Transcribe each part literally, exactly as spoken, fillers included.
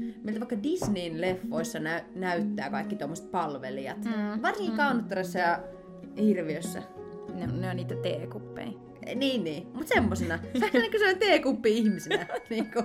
miltä vaikka Disneyn leffoissa nä- näyttää kaikki tuommoiset palvelijat. Mm. Varsinkin mm. Kaunottarassa ja Hirviössä. Ne, ne on niitä teekuppeja. Niin, niin. Mut semmosina. Sä oot niin sellainen teekuppi-ihmisenä. Niinku.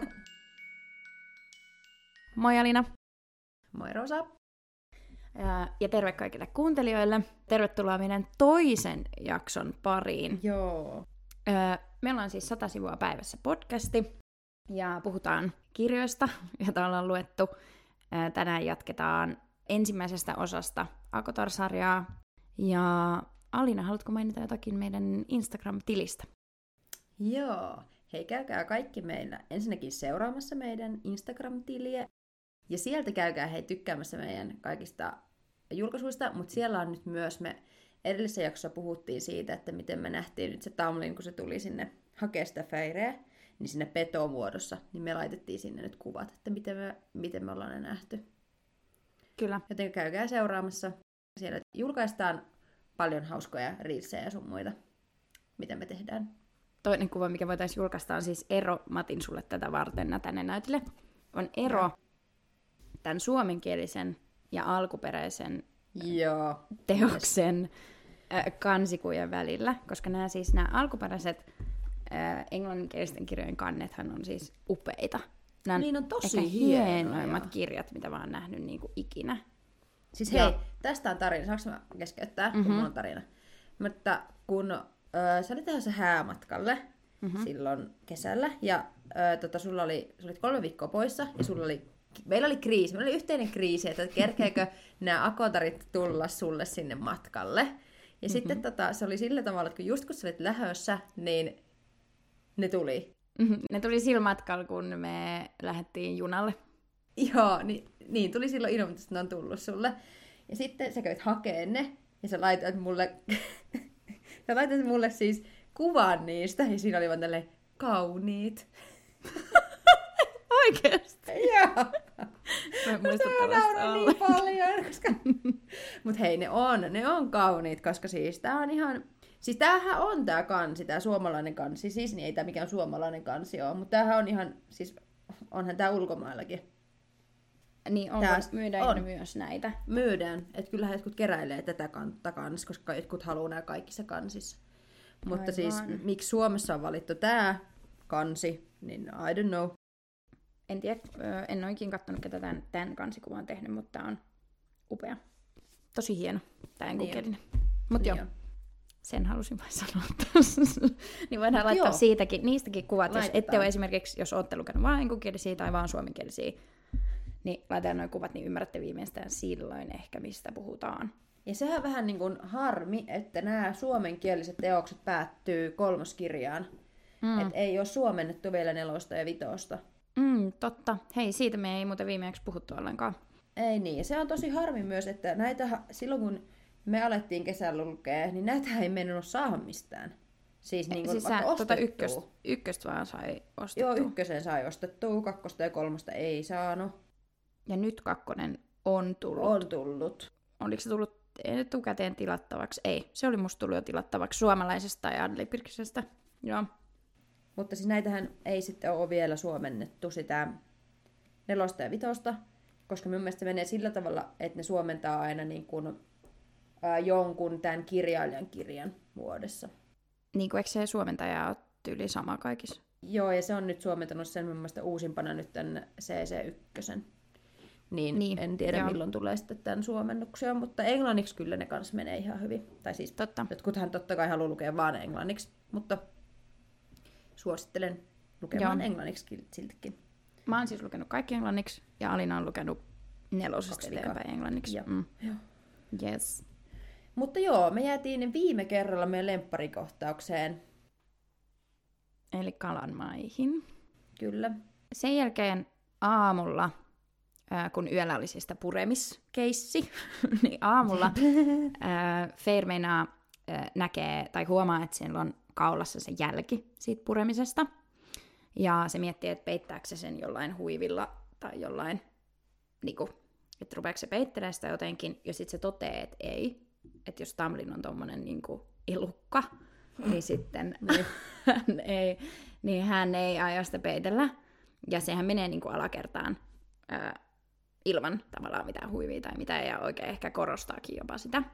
Moi Alina. Moi Rosa. Ja terve kaikille kuuntelijoille. Tervetuloa meidän toisen jakson pariin. Joo. Meillä on siis sata sivua päivässä podcasti. Ja puhutaan kirjoista, joita ollaan luettu. Tänään jatketaan ensimmäisestä osasta Akotar-sarjaa. Ja Alina, haluatko mainita jotakin meidän Instagram-tilistä? Joo. Hei, käykää kaikki meillä ensinnäkin seuraamassa meidän Instagram-tiliä. Ja sieltä käykää hei tykkäämässä meidän kaikista julkaisuista, mutta siellä on nyt myös, me edellisessä jaksossa puhuttiin siitä, että miten me nähtiin nyt se Tamlin, kun se tuli sinne hakea sitä feireä, niin sinne petomuodossa, niin me laitettiin sinne nyt kuvat, että miten me, miten me ollaan ne nähty. Kyllä. Joten käykää seuraamassa. Siellä julkaistaan paljon hauskoja reelsejä ja sun muita, mitä me tehdään. Toinen kuva, mikä voitaisiin julkaista, on siis ero, Matin sulle tätä varten tänne näytille, on ero ja. tämän suomenkielisen ja alkuperäisen Joo. teoksen äh, kansikujen välillä, koska nämä siis nämä alkuperäiset äh, englanninkielisten kirjojen kannethan on siis upeita. Nämä niin on tosi ehkä hienoja. hienoimmat kirjat, mitä mä oon nähnyt niin kuin ikinä. Siis hei, ja. tästä on tarina. Saanko mä keskeyttää, mm-hmm. kun mulla on tarina? Mutta kun äh, sä olit tähdessä häämatkalle mm-hmm. silloin kesällä, ja äh, tota, sulla oli, sä olit kolme viikkoa poissa, ja sulla oli, meillä oli kriisi, meillä oli yhteinen kriisi, että kerkeekö nämä akotarit tulla sulle sinne matkalle. Ja mm-hmm. sitten tota, se oli sillä tavalla, että kun just kun sä olit lähössä, niin ne tuli. Mm-hmm. Ne tuli sillä matkalla, kun me lähdettiin junalle. Joo, niin, niin tuli silloin ilmoitus, että ne on tullut sulle. Ja sitten sä kävit hakeen ne, ja sä laitoit mulle, sä laitoit mulle siis kuvan niistä, ja siinä oli vaan tälleen kauniit. Oikeesti? Joo. Mä en muista tällaista niin paljon, koska... Mut hei, ne on, ne on kauniit, koska siis tää on ihan... Siis tämähän on tää kansi, tää suomalainen kansi, siis niin ei tää mikään suomalainen kansi ole, mutta tämähän on ihan, siis onhan tää ulkomaillakin. Niin, onko, myydään on. myös näitä? Myydään. Että kyllähän jotkut keräilee tätä kantta kans, koska jotkut haluaa nämä kaikissa kansissa. Mutta aivan. Siis, miksi Suomessa on valittu tämä kansi, niin I don't know. En tiedä, en oikein katsonut, ketä tämän, tämän kansikuvan on tehnyt, mutta tämä on upea. Tosi hieno, tämä enkukielinen. Mutta niin joo, sen halusin vain sanoa tässä. Niin voidaan laittaa siitäkin, niistäkin kuvat, Laitetaan. jos ette ole esimerkiksi, jos olette lukenut vain enkukielisiä tai vain suomenkielisiä, niin laitetaan nuo kuvat, niin ymmärrätte viimeistään silloin ehkä, mistä puhutaan. Ja sehän on vähän niin kuin harmi, että nämä suomenkieliset teokset päättyy kolmoskirjaan. Mm. Että ei ole suomennettu vielä nelosta ja vitosta. Mm, totta. Hei, siitä me ei muuten viimeksi puhuttu ollenkaan. Ei niin. Ja se on tosi harmi myös, että näitä silloin kun me alettiin kesällä lukea, niin näitä ei mennyt saada mistään. Siis niin kuin siis vaikka ostettua. Tota ykköstä, ykköstä vaan sai ostettua. Joo, ykkösen sai ostettua, kakkosta ja kolmosta ei saanut. Ja nyt kakkonen on tullut. On tullut. Oliko se tullut etukäteen tilattavaksi? Ei. Se oli musta tullut jo tilattavaksi suomalaisesta ja Adley-Pirksestä. Joo. Mutta siis näitähän ei sitten ole vielä suomennettu sitä nelosta ja vitosta, koska mun mielestä se menee sillä tavalla, että ne suomentaa aina niin kuin, ää, jonkun tämän kirjailijan kirjan muodossa. Niin kuin eikö se suomentaja ole tyyli sama kaikissa? Joo, ja se on nyt suomentanut sen mun mielestä uusimpana nyt tämän C C yksi. Niin, niin, en tiedä joo. milloin tulee sitten tämän suomennuksia, mutta englanniksi kyllä ne kanssa menee ihan hyvin. Tai siis totta. Jotkuthan totta kai haluaa lukea vaan englanniksi, mutta suosittelen lukemaan joo. englanniksi siltikin. Mä oon siis lukenut kaikki englanniksi ja Alina on lukenut nelosesta eteenpäin englanniksi. Joo. Mm. Joo. Yes. Mutta joo, me jäätiin viime kerralla meidän lempparikohtaukseen. Eli kalan maihin. Kyllä. Sen jälkeen aamulla, kun yöllä oli siis sitä puremiskeissi, niin aamulla Feir meinaa näkee tai huomaa, että siellä on kaulassa se jälki siitä puremisesta. Ja se miettii, että peittääkö se sen jollain huivilla tai jollain, niin kuin, että rupeako se peittelemään sitä jotenkin. Ja sitten se toteaa, että ei. Että jos Tamlin on tommonen niin kuin elukka, niin sitten hän ei, niin hän ei aio sitä peitellä. Ja sehän menee niin kuin alakertaan ää, ilman tavallaan mitään huivia tai mitään, ja oikein ehkä korostaakin jopa sitä.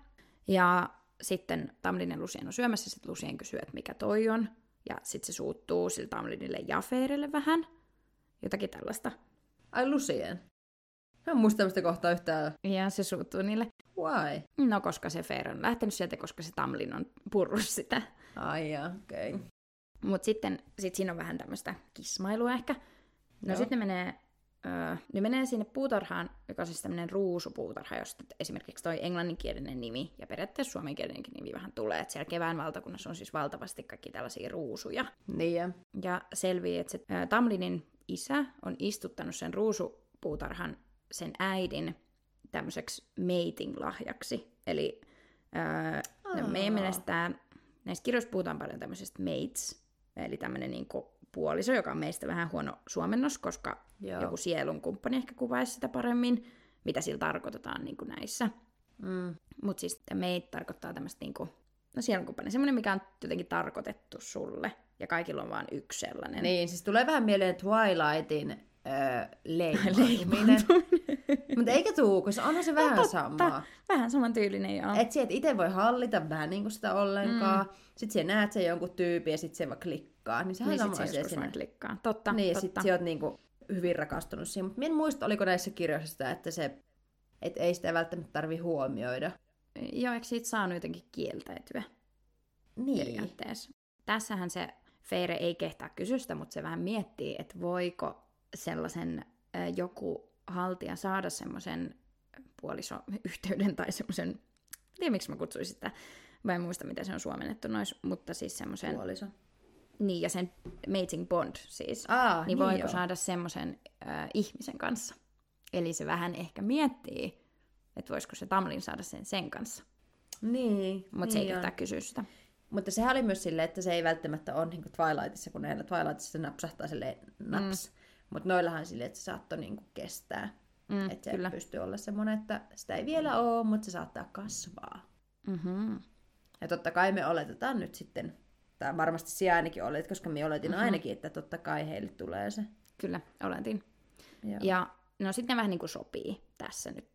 Ja sitten Tamlin ja Lucien on syömässä, sitten Lucien kysyy, että mikä toi on, ja sitten se suuttuu sille Tamlinille ja Feirille vähän, jotakin tällaista. Ai Lucien? Mä en muista tämmöistä kohtaa yhtään. Ja se suuttuu niille. Why? No, koska se Feir on lähtenyt sieltä, koska se Tamlin on purrut sitä. Ai jaa, okei. Okay. Mut sitten sit siinä on vähän tämmöistä kismailua ehkä. No sitten ne menee, öö, ne menee sinne puutarhaan, joka on siis tämmöinen ruusupuutarha, josta esimerkiksi toi englanninkielinen nimi ja periaatteessa suomenkielinenkin nimi vähän tulee. Että siellä kevään valtakunnassa on siis valtavasti kaikki tällaisia ruusuja. Niin ja. Ja selvii, että se ää, Tamlinin isä on istuttanut sen ruusupuutarhan sen äidin tämmöiseksi mating-lahjaksi. Eli ää, no, meidän mielestä näissä kirjoissa puhutaan paljon tämmöisestä mates, eli tämmöinen niinku puoliso, joka on meistä vähän huono suomennos, koska Joo. joku sielun kumppani ehkä kuvaisi sitä paremmin, mitä sillä tarkoitetaan niinku näissä. Mm. Mutta siis mate tarkoittaa tämmöistä niinku, no sielun kumppani, semmoinen, mikä on jotenkin tarkoitettu sulle, ja kaikilla on vain yksi sellainen. Niin, siis tulee vähän mieleen Twilightin öö, leimaantuminen. Mutta eikä tuu, koska onhan se vähän samaa. Vähän saman tyylinen, joo. Et sä et ite voi hallita vähän niinku sitä ollenkaan. Mm. Sitten sä näet sen jonkun tyypin ja sit se vaan klikkaa. Niin sehän niin on sama asia siinä. Klikkaa. Totta, niin, totta. Sit sä oot niinku hyvin rakastunut siihen. Mutta en muista, oliko näissä kirjoissa sitä, että se, et ei sitä välttämättä tarvi huomioida. Joo, eikö siitä saanut jotenkin kieltäytyä? Niin. Periaatteessa. Tässähän se Feire ei kehtaa kysyä sitä, mutta se vähän miettii, että voiko sellaisen äh, joku haltija saada semmoisen puolisoyhteyden tai semmoisen, en tiedä miksi mä kutsuisin sitä, mä en muista mitä se on suomennettu nois, mutta siis semmoisen puoliso. Niin, ja sen mating bond siis, Aa, niin, niin voiko joo. saada semmoisen äh, ihmisen kanssa. Eli se vähän ehkä miettii, että voisiko se Tamlin saada sen sen kanssa. Niin. Mutta niin se ei kehtaa kysyä sitä. Mutta sehän oli myös silleen, että se ei välttämättä ole niin kuin Twilightissa, kun näillä Twilightissa se napsahtaa silleen naps. Mm. Mutta noillahan silleen, että se saattoi niin kuin kestää. Mm, että se kyllä. pystyy olla semmoinen, että sitä ei vielä ole, mutta se saattaa kasvaa. Mm-hmm. Ja totta kai me oletetaan nyt sitten, tai varmasti sinä ainakin olet, koska me oletin mm-hmm. ainakin, että totta kai heille tulee se. Kyllä, oletin. Joo. Ja no sitten vähän niin kuin sopii tässä nyt.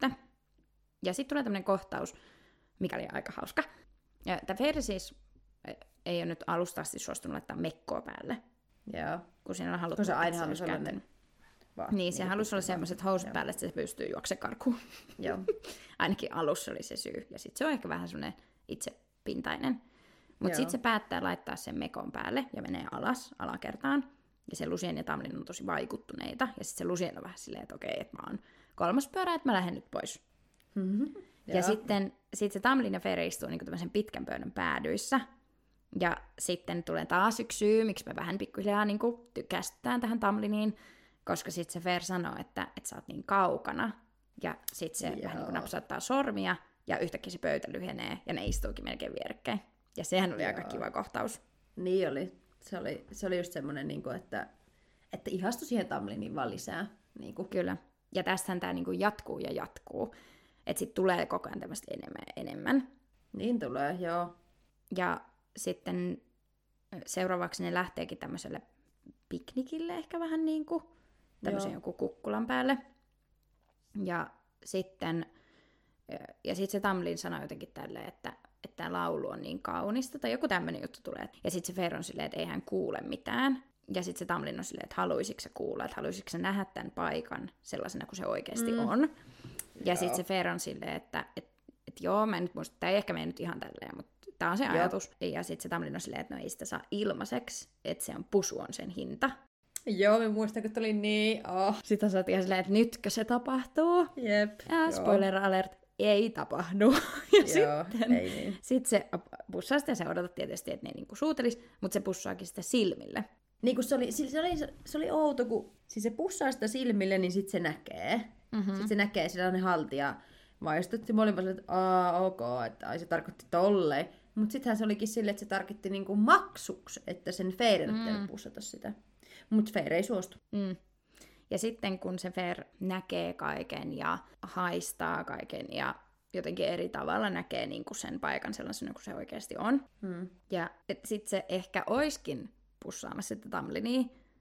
Ja sitten tulee tämmöinen kohtaus, mikä oli aika hauska. Ja tämä Feire siis ei ole nyt alusta asti suostunut laittaa mekkoa päälle. Joo. Kun siinä on haluttu, kun se aina halusi olla ne. Niin, niin, se halusi olla semmoiset housut päälle, että se pystyy juoksemaan karkuun. Joo. Ainakin alussa oli se syy. Ja sitten se on ehkä vähän semmoinen itsepintainen. Mutta sitten se päättää laittaa sen mekon päälle ja menee alas alakertaan. Ja se Lucien ja Tamlin on tosi vaikuttuneita. Ja sitten se Lucien on vähän silleen, että okei, että mä oon kolmas pyörä, että mä lähden nyt pois. Mm-hmm. Ja sitten sit se Tamlin ja Feire istuu niinku tämmöisen pitkän pöydän päädyissä. Ja sitten tulee taas yksi syy, miksi me vähän pikkuhiljaa niinku tykästytään tähän Tamliniin. Koska sitten se Feir sanoo, että, että sä oot niin kaukana. Ja sitten se vähän niin kuin napsauttaa sormia. Ja yhtäkkiä se pöytä lyhenee. Ja ne istuukin melkein vierekkäin. Ja sehän oli Joo. aika kiva kohtaus. Niin oli. Se oli, se oli just semmoinen, niin kuin, että, että ihastui siihen Tamliniin vaan lisää. Niin kuin. Kyllä. Ja tästähän tämä niin kuin jatkuu ja jatkuu. Että sitten tulee koko ajan tämmöistä enemmän ja enemmän. Niin tulee, joo. Ja sitten seuraavaksi ne lähteekin tämmöiselle piknikille ehkä vähän niin kuin. Tämmöisen joku kukkulan päälle. Ja sitten ja sit se Tamlin sanoi jotenkin tälleen, että että tämä laulu on niin kaunista, tai joku tämmöinen juttu tulee. Ja sitten se Feir on silleen, että ei hän kuule mitään. Ja sitten se Tamlin on silleen, että haluaisitko sä kuulla, että haluaisitko sä nähdä tämän paikan sellaisena kuin se oikeasti mm. on. Ja sitten se Feir on silleen, että et, et joo, mä en nyt muista, tämä ei ehkä mene nyt ihan tälleen, mutta tämä on se joo. ajatus. Ja sitten se Tamlin on silleen, että no ei sitä saa ilmaiseksi, että se on pusu on sen hinta. Joo, mä muistan, kun tuli niin, oh. Sitten sä oot ihan silleen, että nytkö se tapahtuu? Jep. Ja spoiler alert, ei tapahdu. Ja Joo, sitten ei niin. Sit se pussaa sitä ja sä odotat tietysti, että ne niinku suutelis, mutta se pussaakin sitä silmille. Niin kun se oli, se oli, se oli outo, kun siis se pussaa sitä silmille, niin sit se näkee. Mm-hmm. Sitten se näkee, sillä on ne haltija vaistutti. Mä olin vaan että aah, ok, että ai se tarkoitti tolleen. Mutta sittenhän se olikin silleen, että se tarkoitti niinku maksuksi, että sen Feiren mm. pitää pussata sitä. Mutta Feir ei suostu. Mm. Ja sitten kun se Feir näkee kaiken ja haistaa kaiken ja jotenkin eri tavalla näkee niinku sen paikan sellaisena kuin se oikeasti on. Mm. Ja sitten se ehkä oiskin pussaamassa sitä Tamlinia,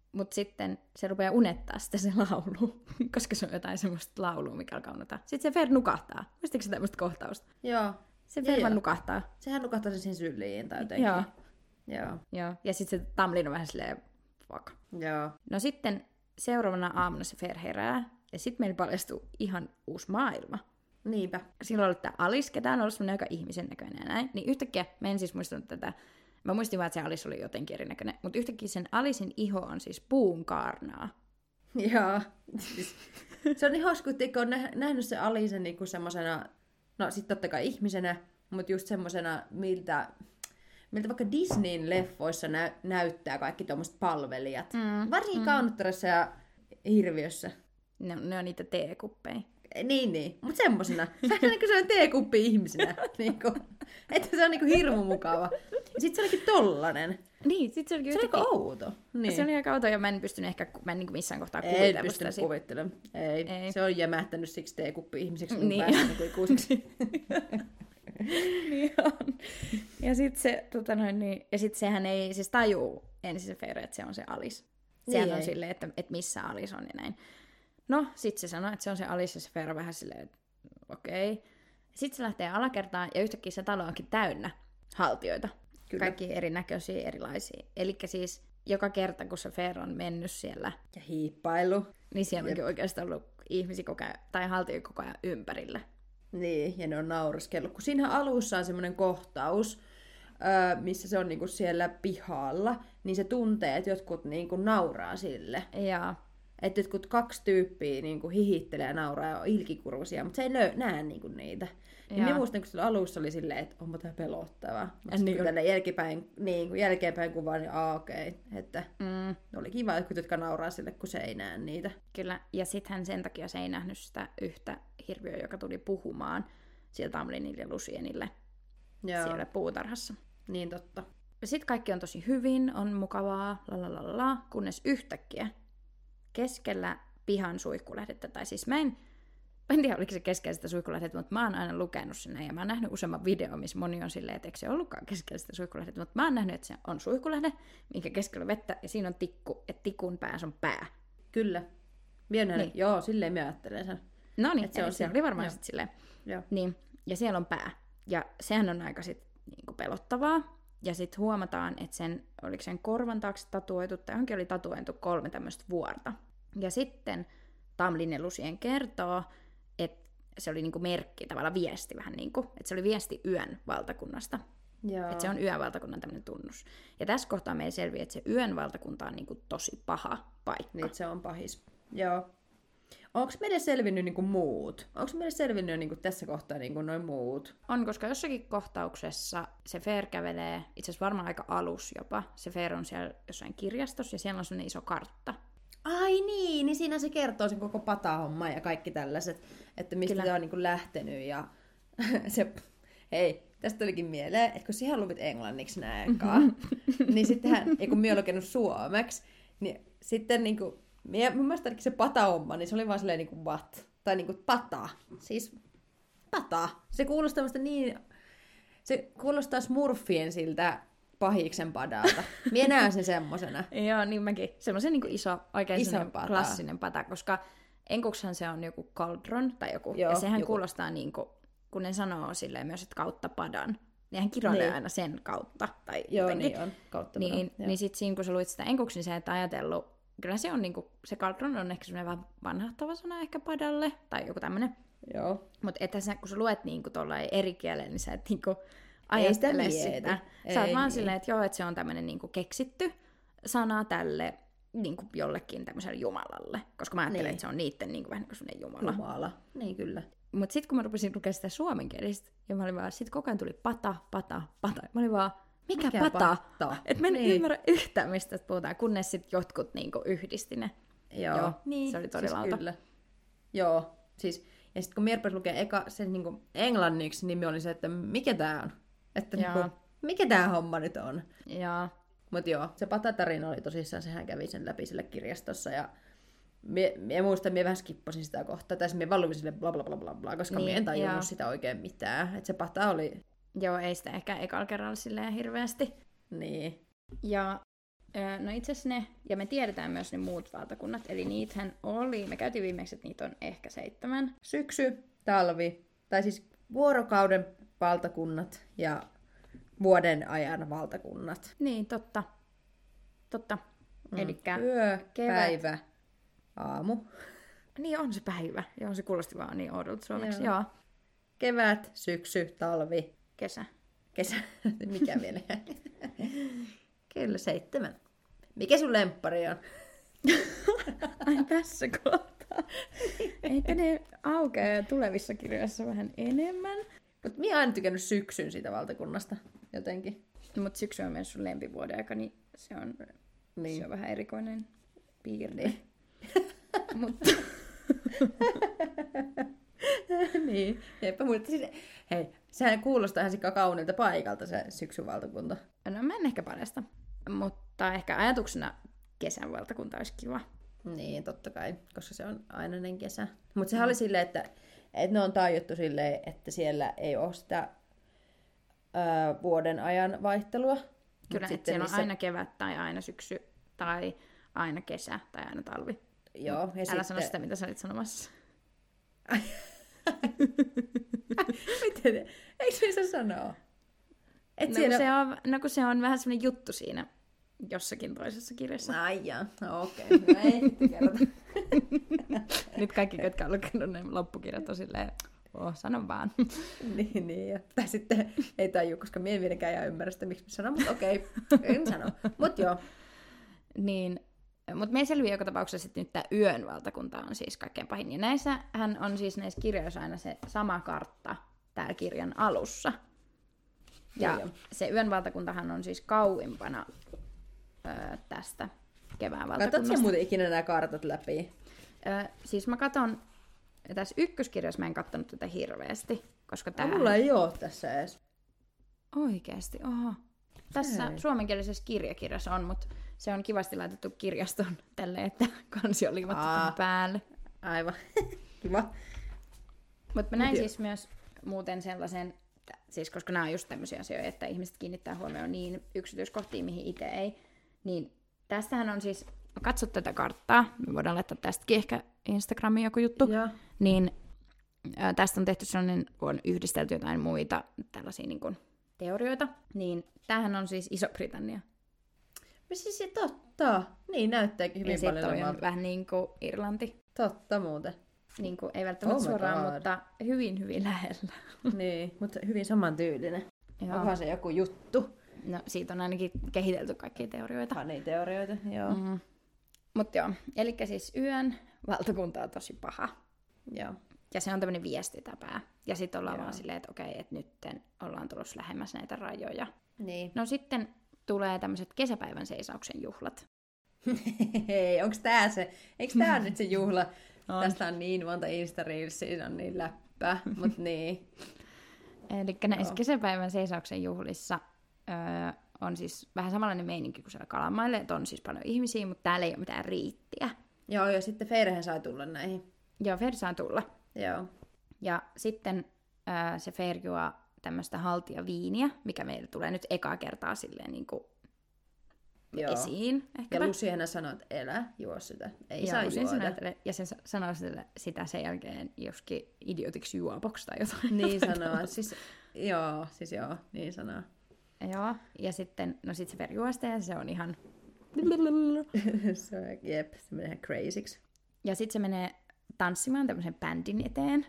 Mutta sitten se rupeaa unettaa sitä se laulu, koska se on jotain semmoista laulua, mikä alkaa unettaa. Sitten se Fer nukahtaa. Muistatko se tämmöistä kohtausta? Joo. Se Fer vaan nukahtaa. Sehän nukahtaa sen siihen syliin tai jotenkin. Joo. Joo. Joo. Ja sitten se Tamlin on vähän silleen, fuck. Joo. No sitten seuraavana aamuna se Fer herää, ja sitten meillä paljastuu ihan uusi maailma. Niinpä. Silloin oli tämä Alice, ketä on ollut semmoinen aika ihmisen näköinen ja näin. Niin yhtäkkiä, mä en siis muistanut tätä, mä muistin vaan, että se Alice oli jotenkin erinäköinen, mutta yhtäkkiä sen Alicen iho on siis puun kaarnaa. Joo. Siis, se on niin hauska, kun on nähnyt se Alicen niinku semmosena, no sit totta kai ihmisenä, mutta just semmosena, miltä, miltä vaikka Disneyn leffoissa nä- näyttää kaikki tuommoiset palvelijat. Mm. Varsinkin mm. Kaunottarassa ja Hirviössä. Ne, ne on niitä teekuppeja. Niin, niin. Mutta semmosena. Se on niinku sellainen teekuppi ihmisenä. Niinku. Että se on niinku hirmu mukava. Ja sit se olikin tollanen. Niin, sit se olikin se yhtäkkiä... Se oli outo. Niin. Se oli aika outo ja mä en pystynyt ehkä mä en niinku missään kohtaa ei kuvitella. Ei pystynyt kuvittelemaan. Ei. Ei. Se on jämähtänyt siksi teekuppi ihmiseksi. Niin. Niinku ikuisiksi. Niin on. Ja sit se, tota noin, niin, ja sit sehän ei siis tajuu ensin se Fer, että se on se Alice. Sehän niin on ei. silleen, että, että missä Alice on ja näin. No, sit se sanoo, että se on se Alice ja se Fer on vähän silleen, että okei. Okay. Sitten se lähtee alakertaan ja yhtäkkiä se talo onkin täynnä haltioita. Kyllä. Kaikki erinäköisiä, erilaisia. Elikkä siis joka kerta, kun se Fer on mennyt siellä. Ja hiippailu. Niin siellä onkin oikeastaan ollut ihmisiä koko ajan, tai haltioita koko ajan ympärillä. Niin, ja ne on nauraskellut. Kun siinä alussa on semmoinen kohtaus, missä se on niinku siellä pihalla, niin se tuntee, että jotkut niinku nauraa sille. Joo. Että jotkut kaksi tyyppiä niinku hihittelee ja nauraa ja on ilkikurvuisia, mutta se ei lö- näe niinku niitä. Niin minä muistan, kun alussa oli silleen, että onpa tämä pelottavaa. Mutta niin kun tänne jälkipäin, niin, kun jälkeenpäin kuvaan, niin aa okei. Okay. Että mm. oli kiva, että jotka nauraa sille, kun se ei näe niitä. Kyllä, ja sittenhän sen takia se ei nähnyt sitä yhtä hirviöä, joka tuli puhumaan sieltä Tamlinille ja Lucienille siellä puutarhassa. Niin totta. Sitten kaikki on tosi hyvin, on mukavaa, lalalala, kunnes yhtäkkiä keskellä pihan suihkulähdettä, tai siis mä en, mä en tiedä oliko se keskellä sitä suihkulähdettä, mutta mä oon aina lukenut sen ja mä oon nähnyt useamman videon, missä moni on silleen, että eikö se ollutkaan keskellä sitä suihkulähdettä, mutta mä oon nähnyt, että se on suihkulähde, minkä keskellä on vettä, ja siinä on tikku, että tikun päässä on pää. Kyllä. Niin. Joo, silleen mä ajattelen sen. No niin, se, on se oli varmaan sitten silleen. Joo. Niin, ja siellä on pää. Ja sehän on aika sit niinku pelottavaa. Ja sitten huomataan, että sen, oliko sen korvan taakse tatuoitu, tai johonkin oli tatuoitu kolme tämmöistä vuorta. Ja sitten Tamlin ja Lucien kertoo, että se oli niinku merkki, tavallaan viesti vähän niin kuin, että se oli viesti yön valtakunnasta. Joo. Että se on yön valtakunnan tämmöinen tunnus. Ja tässä kohtaa meillä selviää, että se yön valtakunta on niinku tosi paha paikka. Niin, se on pahis. Joo. Onko meille selvinnyt niinku muut? Onko meille selvinnyt niinku tässä kohtaa niinku noin muut? On, koska jossakin kohtauksessa se Fer kävelee, itse asiassa varmaan aika alus jopa, se Fer on siellä jossain kirjastossa ja siellä on sellainen iso kartta. Ai niin, niin siinä se kertoo sen koko patahomma ja kaikki tällaiset, että mistä se on niinku lähtenyt ja se, hei, tästä tulikin mieleen, että kun siihen luvit englanniksi näekaan, niin sittenhän, ja kun minä olen lukenut suomeksi, niin sitten niinku, minä, mun mielestä se patahomma, niin se oli vaan silleen niinku what, tai niinku pata, siis pata, se kuulostaa niin, se kuulostaa Smurfien siltä pahiksen padalta. Mie näen sen semmosena. Joo, niin mäkin. Semmoisen niin iso, oikein iso pata. Klassinen pata, koska enkuksihan se on joku cauldron tai joku. Joo, ja sehän joku. Kuulostaa niin kuin, kun ne sanoo silleen myös, että kautta padan. Nehän kiroilee niin. Aina sen kautta. Tai joo, jotenkin. Niin on. Kautta niin, padan. Niin sit siinä, kun sä luit sitä enkuksi, niin sä et ajatellut, kyllä se on niinku, se cauldron on ehkä semmoinen vähän vanhahtava sana ehkä padalle, tai joku tämmönen. Joo. Mutta että sä, kun sä luet niinku tollain eri kielellä, niin sä et niinku ajattele sitä. sitä. Sä oot vaan niin. Silleen, että joo, että se on tämmönen niinku keksitty sana tälle niinku jollekin tämmöiselle jumalalle. Koska mä ajattelen, niin. Että se on niitten niinku vähän niin kuin semmoinen jumala. Jumala, niin kyllä. Mut sit kun mä rupesin lukemaan sitä suomenkielistä, ja mä olin vaan, sit koko ajan tuli pata, pata, pata. Mä olin vaan, mikä, mikä pata? pata? Et mä en niin. ymmärrä yhtään, mistä puhutaan, kunnes sit jotkut niinku yhdisti ne. Joo, joo niin, se oli todella siis kyllä. Joo, siis, ja sit kun mä rupesin lukea eka sen niinku englanniksi, niin mä olin se, että mikä tää on? Että niinku, mikä tää homma nyt on? Joo. Mut joo, se patatarina oli tosissaan, sehän kävi sen läpi sille kirjastossa, ja mie, mie muistan, mie vähän skippasin sitä kohtaa, tai mie valuin sille bla bla bla bla bla, koska niin, mie en tajunnut joo. sitä oikein mitään. Että se pata oli... Joo, ei sitä ehkä ekalla kerralla silleen hirveästi. Niin. Ja Öö, no itse asiassa ne, ja me tiedetään myös ne muut valtakunnat, eli niitähän oli, me käytiin viimeksi, että niitä on ehkä seitsemän. Syksy, talvi, tai siis vuorokauden valtakunnat ja vuoden ajan valtakunnat. Niin, totta. Totta. Mm. Elikkä yö, kevät. päivä, aamu. Niin on se päivä. Joo, se kuulosti vaan niin oudolta suomeksi. Joo. Joo. Kevät, syksy, talvi, Kesä. kesä. Mikä vielä jäi? Kyllä seitsemän. Mikä sun lemppari on? Ai tässä kohtaa. Eikö ne aukea tulevissa kirjoissa vähän enemmän? Mutta minä oon aina tykännyt syksyn siitä valtakunnasta jotenkin. Mutta syksy on myös sun lempivuoden aika, niin se on, Niin. se on vähän erikoinen piirre. Niin. Mutta niin. Eipä, mutta siis, hei, sehän kuulostaa ihan sikka kauniilta paikalta se syksyn valtakunta. no mä en ehkä parasta. Mutta ehkä ajatuksena kesän valtakunta olisi kiva. Niin, totta kai, koska se on ainainen kesä. Mutta sehän mm. oli silleen, että, että ne on tajuttu silleen, että siellä ei ole sitä ää, vuoden ajan vaihtelua. Kyllä, että siellä niissä on aina kevät tai aina syksy tai aina kesä tai aina talvi. Joo, ja Älä sitten... sano sitä, mitä sä olit sanomassa. Miten? Eikö se saa sanoa? Et No, siellä... kun se on, no kun se on vähän semmoinen juttu siinä jossakin toisessa kirjassa. Ai jaa, no okei. Okay. No ei kerrota. Nyt kaikki, jotka on lukenut ne loppukirjat, on silleen, oh, sano vaan. niin, niin. Ja, tai sitten ei tajua, koska minä en vieläkään ihan ymmärrä sitä, miksi mä sanon, mutta okei, okay, en sano. Mutta joo. Niin, mutta me selviää joka tapauksessa, että nyt tämä yön valtakunta on siis kaikkein pahin. Ja näissähän on siis näissä kirjoissa aina se sama kartta täällä kirjan alussa. Ja Joo, joo. se yön valtakuntahan on siis kauimpana öö, tästä kevään valtakunnasta. Katsotko sä muuten ikinä nämä kartat läpi? Öö, siis mä katon, tässä ykköskirjassa mä en katsonut tätä hirveästi, koska tää... Mulla ei oo tässä edes. Oikeesti, oho. Tässä Ei. suomenkielisessä kirjakirjassa on, mutta se on kivasti laitettu kirjaston tälleen, että kansi on liimattu Aa. tähän päälle. Aivan. Kiva. Mutta mä näin Mut siis myös muuten sellaisen, siis koska nämä on just tämmöisiä asioita, että ihmiset kiinnittää huomioon niin yksityiskohtiin, mihin itse ei, niin tästähän on siis, katso tätä karttaa, me voidaan laittaa tästäkin ehkä Instagramiin joku juttu, Joo. niin ää, tästä on tehty sellainen, kun on yhdistelty jotain muita tällaisia niin kuin teorioita, niin tämähän on siis Iso-Britannia. No siis se totta. Niin näyttääkin hyvin Ja sitten paljon on samalta. vähän niin kuin Irlanti. Totta muuten. Niin kuin, ei välttämättä Oh my suoraan, God. mutta hyvin, hyvin lähellä. niin, mutta hyvin samantyylinen. Joo. Onkohan se joku juttu? No, siitä on ainakin kehitelty kaikkia teorioita. Faniteorioita, joo. Mm. Mm. Mutta joo, eli siis yön valtakunta on tosi paha. Joo. Ja se on tämmöinen viestitäpää. Ja sitten ollaan Joo. vaan silleen, että okei, että nytten ollaan tulossa lähemmäs näitä rajoja. Niin. No sitten tulee tämmöiset kesäpäivän seisauksen juhlat. Hei, onks tää se? Eiks tää nyt se juhla? On. Tästä on niin monta Insta-reelsia, on niin läppää, mut niin. Eli näissä Joo. kesäpäivän seisauksen juhlissa öö, on siis vähän samanlainen meininki kuin siellä Kalamaille, että on siis paljon ihmisiä, mutta täällä ei ole mitään riittiä. Joo, ja sitten Feirehän sai tulla näihin. Joo, Fer saa tulla. Joo. Ja sitten öö, se Fer juo tämmöistä haltijaviiniä, mikä meille tulee nyt ekaa kertaa silleen niin kuin Joo. esiin. Ja Ehkäpä. Lucihan sanoi, että elä, juo sitä. Ei Ja saa Lucy juoda. sanoi, että- ja se sa- sanoi sitä, sitä sen jälkeen joskin idiotiksi juopoksi tai jotain. Niin jotain sanoo. tällaista. Siis, joo, siis joo, niin sanoo. Joo, ja sitten, no sit se Fer juo sitä ja se on ihan... se on, jep, se menee ihan crazyksi. Ja sitten se menee tanssimaan tämmöisen bändin eteen.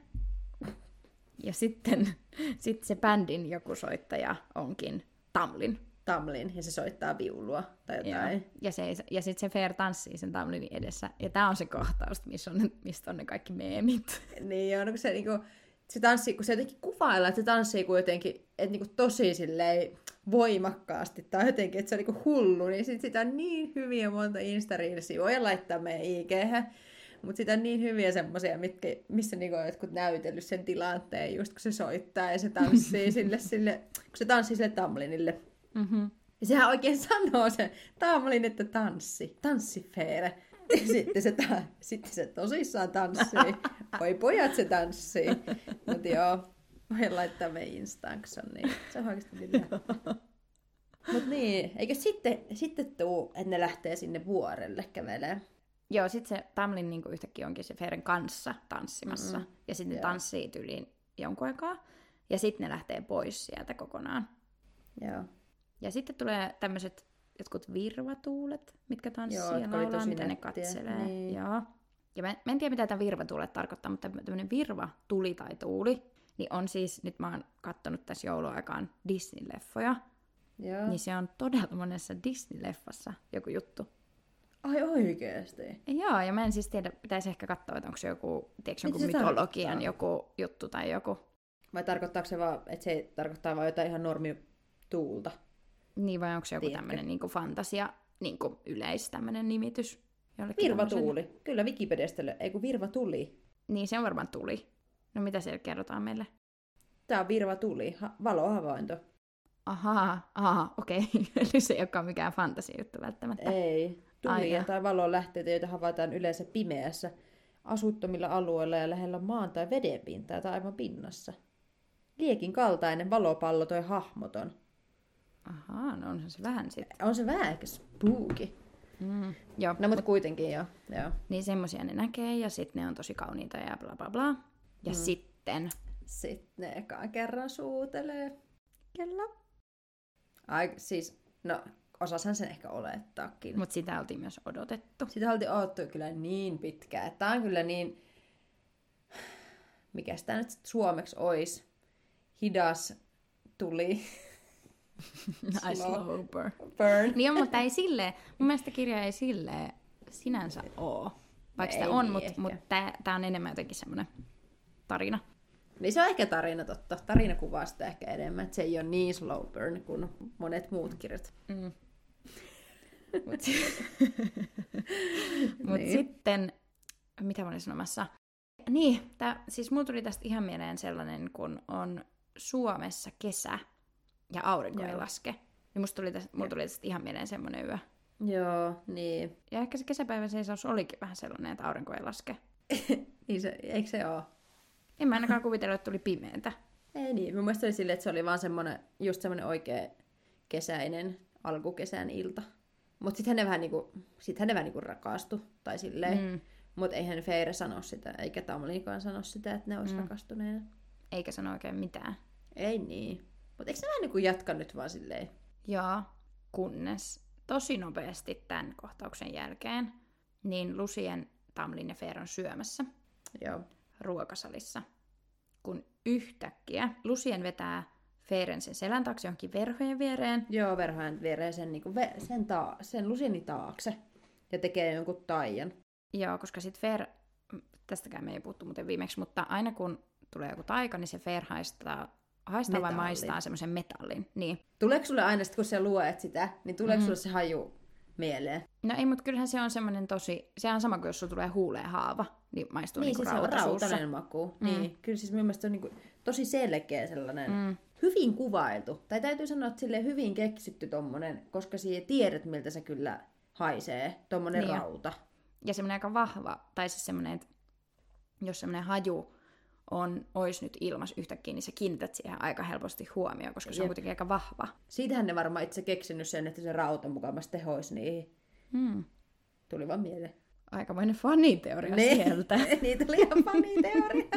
Ja sitten sit se bändin joku soittaja onkin Tamlin. Tamlin, ja se soittaa viulua tai jotain. Joo. Ja, se, ja sitten se Fer tanssii sen Tamlinin edessä. Ja tää on se kohtaus, missä on, ne- mistä on ne kaikki meemit. Niin joo, no kun se, niinku, se tanssii, kun se jotenkin kuvaillaan, että se tanssii kuin jotenkin, että niinku tosi silleen voimakkaasti tai jotenkin, että se on niinku hullu, niin sit sitä on niin hyviä monta Insta-reelsia. Voi laittaa meidän I G:hän, mutta sitä on niin hyviä semmosia, mitkä, missä niinku on jotkut näytellyt sen tilanteen, just kun se soittaa ja se tanssii sille, sille, kun se tanssii sille Tamlinille. Mm-hmm. Ja sehän oikein sanoo se Tamlin, että tanssi, tanssi Feere. Ja sitten se, ta- sitten se tosissaan tanssii. Oi pojat, se tanssii. Mutta joo, voi laittaa meidän Instaan, kun se on niin. Se on oikeasti niin läppä. Mut niin, eikö sitten, sitten tuu, että ne lähtee sinne vuorelle kävelemään? Joo, sit se Tamlin niinku yhtäkkiä onkin se Feren kanssa tanssimassa. Mm-hmm. Ja sitten ne tanssii tyyliin jonkun aikaa. Ja sitten ne lähtee pois sieltä kokonaan. Joo. Ja sitten tulee tämmöiset jotkut virvatuulet, mitkä tanssii Joo, ja laulaa, mitä ne katselee. Niin. Joo. Ja mä, mä en tiedä, mitä tämä virvatuulet tarkoittaa, mutta tämmöinen virvatuli tai tuuli, niin on siis, nyt mä oon kattonut tässä jouluaikaan Disney-leffoja, Joo. niin se on todella monessa Disney-leffassa joku juttu. Ai oikeesti? Joo, ja mä en siis tiedä, pitäisi ehkä katsoa, että onko se joku, tiedätkö, joku mytologian joku juttu tai joku. Vai tarkoittaako se vaan, että se tarkoittaa vaan jotain ihan normituulta? Niin, vai onko se joku tämmöinen niin kuin fantasia, niin kuin yleis tämmöinen nimitys? Virvatuuli. Tämmöisen? Kyllä Wikipediasta, ei kun virvatuli. Niin, se on varmaan tuli. No mitä siellä kerrotaan meille? Tää on virvatuli, ha- valohavainto. Ahaa, ahaa, okei. Okay. Eli se ei olekaan mikään fantasiajuttu välttämättä. Ei. Tulia tai valon lähteitä, joita havaitaan yleensä pimeässä, asuttomilla alueilla ja lähellä maan tai vedenpintaa tai aivan pinnassa. Liekin kaltainen valopallo toi hahmoton. Ahaa, no on se vähän sitten. On se vähän ehkä spooky. Mm, joo. No mutta kuitenkin joo. joo. Niin semmosia ne näkee ja sitten ne on tosi kauniita ja bla bla bla. Ja mm. sitten... Sitten ne ekaan kerran suutelee. Kyllä. Ai siis, no osashan sen ehkä olettaakin. Mutta sitä oltiin myös odotettu. Sitä oltiin odottu kyllä niin pitkään. Tää on kyllä niin... Mikäs tää nyt suomeksi ois? Hidas tuli. Nice slow burn. burn. Niin on, mutta ei silleen, mun mielestä kirja ei silleen sinänsä oo. Vaikka sitä on, mutta mut tää, tää on enemmän jotenkin semmoinen tarina. Niin se on ehkä tarina totta. Tarina kuvaa sitä ehkä enemmän, että se ei ole niin slow burn kuin monet muut kirjat. Mm. Mut, Mut niin. sitten, mitä mä olin sanomassa? Niin, tää, siis mulla tuli tästä ihan mieleen sellainen, kun on Suomessa kesä ja aurinko ei laske. Niin musta tuli tästä, mulla tuli tästä ihan mieleen semmoinen yö. Joo, niin. Ja ehkä se kesäpäivän seisaus olikin vähän sellainen, että aurinko ei laske. niin se, eikö se ole? En mä ainakaan kuvitellut, että tuli pimeätä. Ei niin. Mun mielestä oli silleen, että se oli vaan semmoinen, just semmoinen oikea kesäinen alkukesän ilta. Mutta sittenhän ne vähän niinku, sittenhän ne vähän niinku rakastu. Tai silleen. Mm. Mutta eihän Feire sano sitä, eikä Tamlinkaan sano sitä, että ne olisi mm. rakastuneena. Eikä sano oikein mitään. Ei niin. Mutta eikö se vähän niinku jatka nyt vaan silleen? Joo, kunnes tosi nopeasti tämän kohtauksen jälkeen, niin Lucien, Tamlin ja Feire on syömässä. Joo. Ruokasalissa, kun yhtäkkiä Lucien vetää Feiren sen selän taakse johonkin verhojen viereen. Joo, verhojen viereen sen, niin kuin ve, sen, ta- sen Lucienin taakse ja tekee jonkun taian. Joo, koska sitten Feir, tästäkään me ei puhuttu muuten viimeksi, mutta aina kun tulee joku taika, niin se Feir haistaa, haistaa vai maistaa semmoisen metallin. Niin. Tuleeko sulle aina, kun sä luet sitä, niin tuleeko mm. sulle se haju mieleen? No ei, mutta kyllähän se on semmoinen tosi, sehän on sama kuin jos sulla tulee huuleen haava, niin maistuu niin, niinku siis rauta suussa. rautainen maku. Mm. Niin, kyllä siis mun mielestä se on niinku tosi selkeä sellainen, mm. hyvin kuvailtu. Tai täytyy sanoa, että silleen hyvin keksitty tommonen, koska siihen tiedät, miltä se kyllä haisee, tommonen niin rauta. Ja semmoinen aika vahva, tai siis semmoinen, että jos semmoinen haju on, ois nyt ilmas yhtäkkiä, niin sä kiinnität siihen aika helposti huomioon, koska se on Jep. kuitenkin aika vahva. Siitähän ne varmaan itse keksinyt sen, että se rauta mukavasti tehoisi niihin. Hmm. Tuli vaan mieleen. Aikamoinen faniteoria ne, sieltä. Niin tuli ihan faniteoria.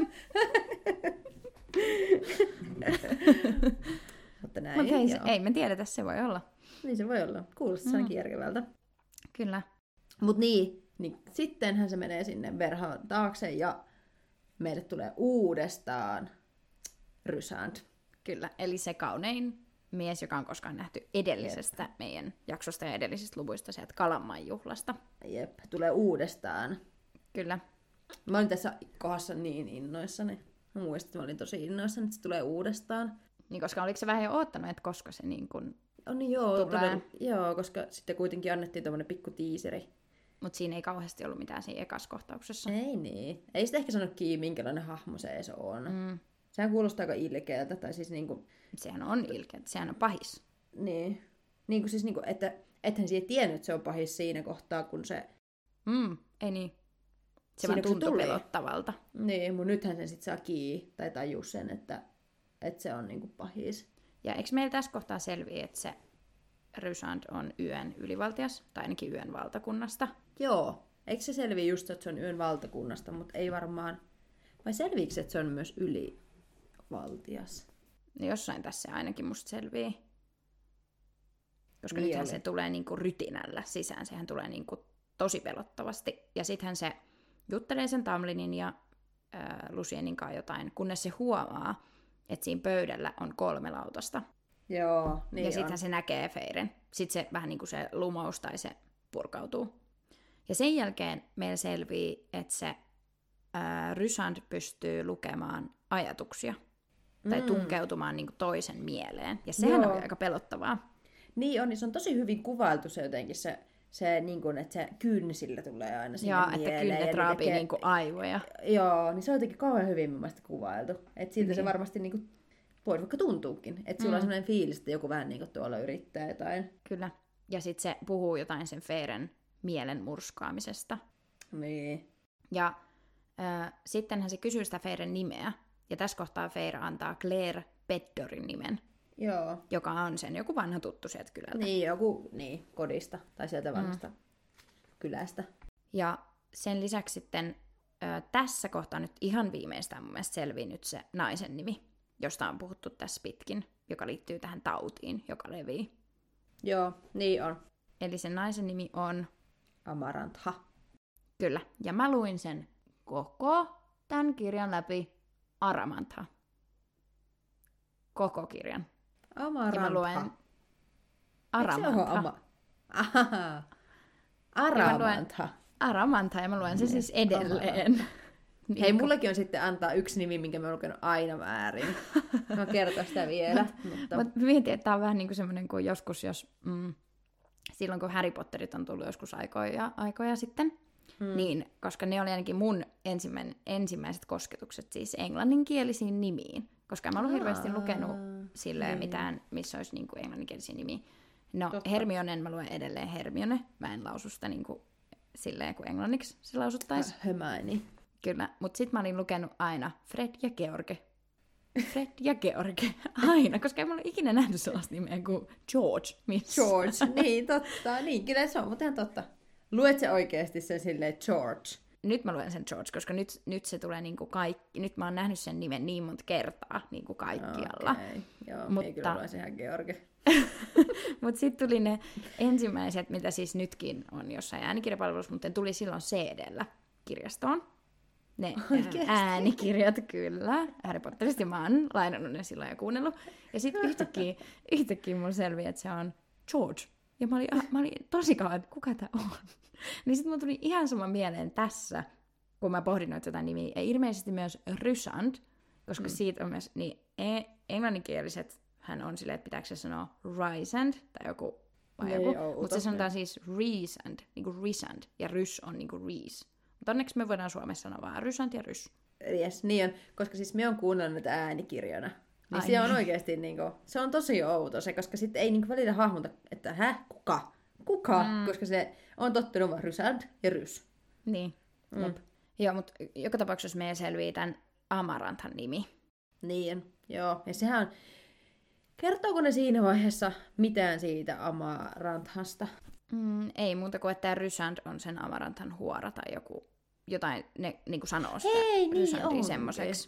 Mutta näin. Mut ei, ei me tiedetä, se voi olla. Niin se voi olla. Kuulostaa ainakin mm. järkevältä. Kyllä. Mut niin, niin, sittenhän se menee sinne verhon taakse ja meille tulee uudestaan Rysand. Kyllä, eli se kaunein mies, joka on koskaan nähty edellisestä Jep. meidän jaksosta ja edellisistä luvuista sieltä Kalanmaan juhlasta. Jep, tulee uudestaan. Kyllä. Mä olin tässä kohdassa niin innoissani. Mä muistin, että mä olin tosi innoissani, että se tulee uudestaan. Niin, koska oliko se vähän jo oottanut, että koska se niin kuin on niin joo, todella, joo, koska sitten kuitenkin annettiin tommonen pikku tiiseri. Mutta siinä ei kauheasti ollut mitään siinä ekassa kohtauksessa. Ei niin. Ei sitä ehkä sano kiinni, minkälainen hahmo se edes on. Mm. Sehän kuulostaa aika ilkeältä. Tai siis niinku sehän on ilkeältä, sehän on pahis. Niin. Niin kuin siis niinku, että ethän siihen tiennyt, että se on pahis siinä kohtaa, kun se Mm, ei niin. Se siinä, vaan tuntui pelottavalta. Niin, mutta nythän sen sit saa kiinni, tai tajuu sen, että, että se on niinku pahis. Ja eikö meillä tässä kohtaa selviä, että se Rysand on yön ylivaltias, tai ainakin yön valtakunnasta. Joo. Eikö se selviä just, että se on yön valtakunnasta, mutta ei varmaan... Vai selviikö, että se on myös ylivaltias? No jossain tässä ainakin musta selvii. Koska Niin nythän oli. se tulee niinku rytinällä sisään, sehän tulee niinku tosi pelottavasti. Ja sittenhän se juttelee sen Tamlinin ja äh, Lucienin kanssa jotain, kunnes se huomaa, että siinä pöydällä on kolme lautasta. Joo, niin ja on. sittenhän se näkee Feyren. Sitten se vähän niin kuin se lumous tai se purkautuu. Ja sen jälkeen meillä selvii, että se ää, Rysand pystyy lukemaan ajatuksia. Tai Mm. tunkeutumaan niin kuin toisen mieleen. Ja sehän Joo. on aika pelottavaa. Niin on, niin se on tosi hyvin kuvailtu se jotenkin se, se niin kuin, että se kynsillä tulee aina sinne Joo, mieleen. että kynnet ja raapii tekee- niin kuin aivoja. Joo, niin se on jotenkin kauhean hyvin mun mielestä kuvailtu. Että siltä Niin. se varmasti niin kuin, voi vaikka tuntuukin. Että sulla Mm. on sellainen fiilis, että joku vähän niin kuin tuolla yrittää jotain. Kyllä. Ja sitten se puhuu jotain sen Feyren mielen murskaamisesta. Niin. Ja äh, sittenhän se kysyy sitä Feyren nimeä. Ja tässä kohtaa Feyre antaa Claire Beddorin nimen, Joo. joka on sen joku vanha tuttu sieltä kylältä. Niin, joku niin, kodista tai sieltä vanhasta mm. kylästä. Ja sen lisäksi sitten ö, tässä kohtaa nyt ihan viimeistään mun mielestä selvii nyt se naisen nimi, josta on puhuttu tässä pitkin, joka liittyy tähän tautiin, joka levii. Joo, niin on. Eli sen naisen nimi on, Amarantha. kyllä, ja mä luin sen koko tämän kirjan läpi Aramantha. Koko kirjan. Amarantha. Ja mä luen Eikö se Aramantha. ole ama... Ahaha. Ja mä luen Aramantha. Aramantha, ja mä luen sen siis edelleen. Niin Hei, kun- mullekin on sitten antaa yksi nimi, minkä mä oon lukenut aina väärin. Mä kerron sitä vielä. mutta... Mutta mietin, että tää on vähän niin kuin semmoinen kuin joskus, jos mm, silloin kun Harry Potterit on tullut joskus aikoja, aikoja sitten, mm. niin, koska ne oli ainakin mun ensimmäinen, ensimmäiset kosketukset siis englanninkielisiin nimiin, koska mä oon ollut hirveästi lukenut silleen niin. mitään, missä olisi niin kuin englanninkielisiä nimiä. No, Totta. Hermionen mä luen edelleen Hermione, mä en lausu sitä niin kuin silleen kuin englanniksi se lausuttaisi. Hömäini. Kyllä, mutta sit mä olin lukenut aina Fred ja George. Fred ja George. Aina, koska en mä ole ikinä nähnyt sellaista nimeä kuin George. Missä. George, niin totta. Niin, kyllä se on, mutta ihan totta. Luet se oikeasti sen silleen George. Nyt mä luen sen George, koska nyt, nyt se tulee niinku kaikki. Nyt mä oon nähnyt sen nimen niin monta kertaa niinku kaikkialla. Okei, joo, mutta... Mutta- ei kyllä luen se ihan George. Mutta sitten tuli ne ensimmäiset, mitä siis nytkin on jossain äänikirjapalvelussa, mutta ne tuli silloin C D:llä kirjastoon. Ne Oikeesti? äänikirjat, kyllä. Harry Potterista, ja mä oon lainannut ne silloin ja kuunnellut. Ja sitten yhtäkkiä, yhtäkkiä mulla selvii, että se on George. Ja mä olin, ah, mä olin tosi kauan, että kuka tää on? Niin sitten mulla tuli ihan sama mieleen tässä, kun mä pohdin noita jotain nimiä. Ja ilmeisesti myös Rysand, koska mm. siitä on myös, niin e- englanninkieliset hän on silleen, että pitääkö se sanoa Rysand tai joku, vai Ei joku. outo. Mutta se sanotaan siis Rysand, niin kuin Rysand, ja Rys on niin kuin Rhys. Mutta onneksi me voidaan Suomessa sanoa vaan Rysand ja Rys. Yes, niin on, koska siis me on kuunnellut näitä äänikirjana. Niin Ai se on niin. oikeasti niinku, se on tosi outo se, koska sitten ei niinku välillä hahmota, että hä, kuka? Kuka? Mm. Koska se on tottunut vaan Rysand ja Rys. Niin. Mm. Jep. Joo, mutta joka tapauksessa meidän selvii tämän Amaranthan nimi. Niin, joo. Ja sehän on, kertooko ne siinä vaiheessa mitään siitä Amaranthasta? Mm, ei muuta kuin, että Rysand on sen Amaranthan huora tai joku, jotain, ne niin kuin sanoo sitä Hei, niin Rysandia onkin. semmoiseksi.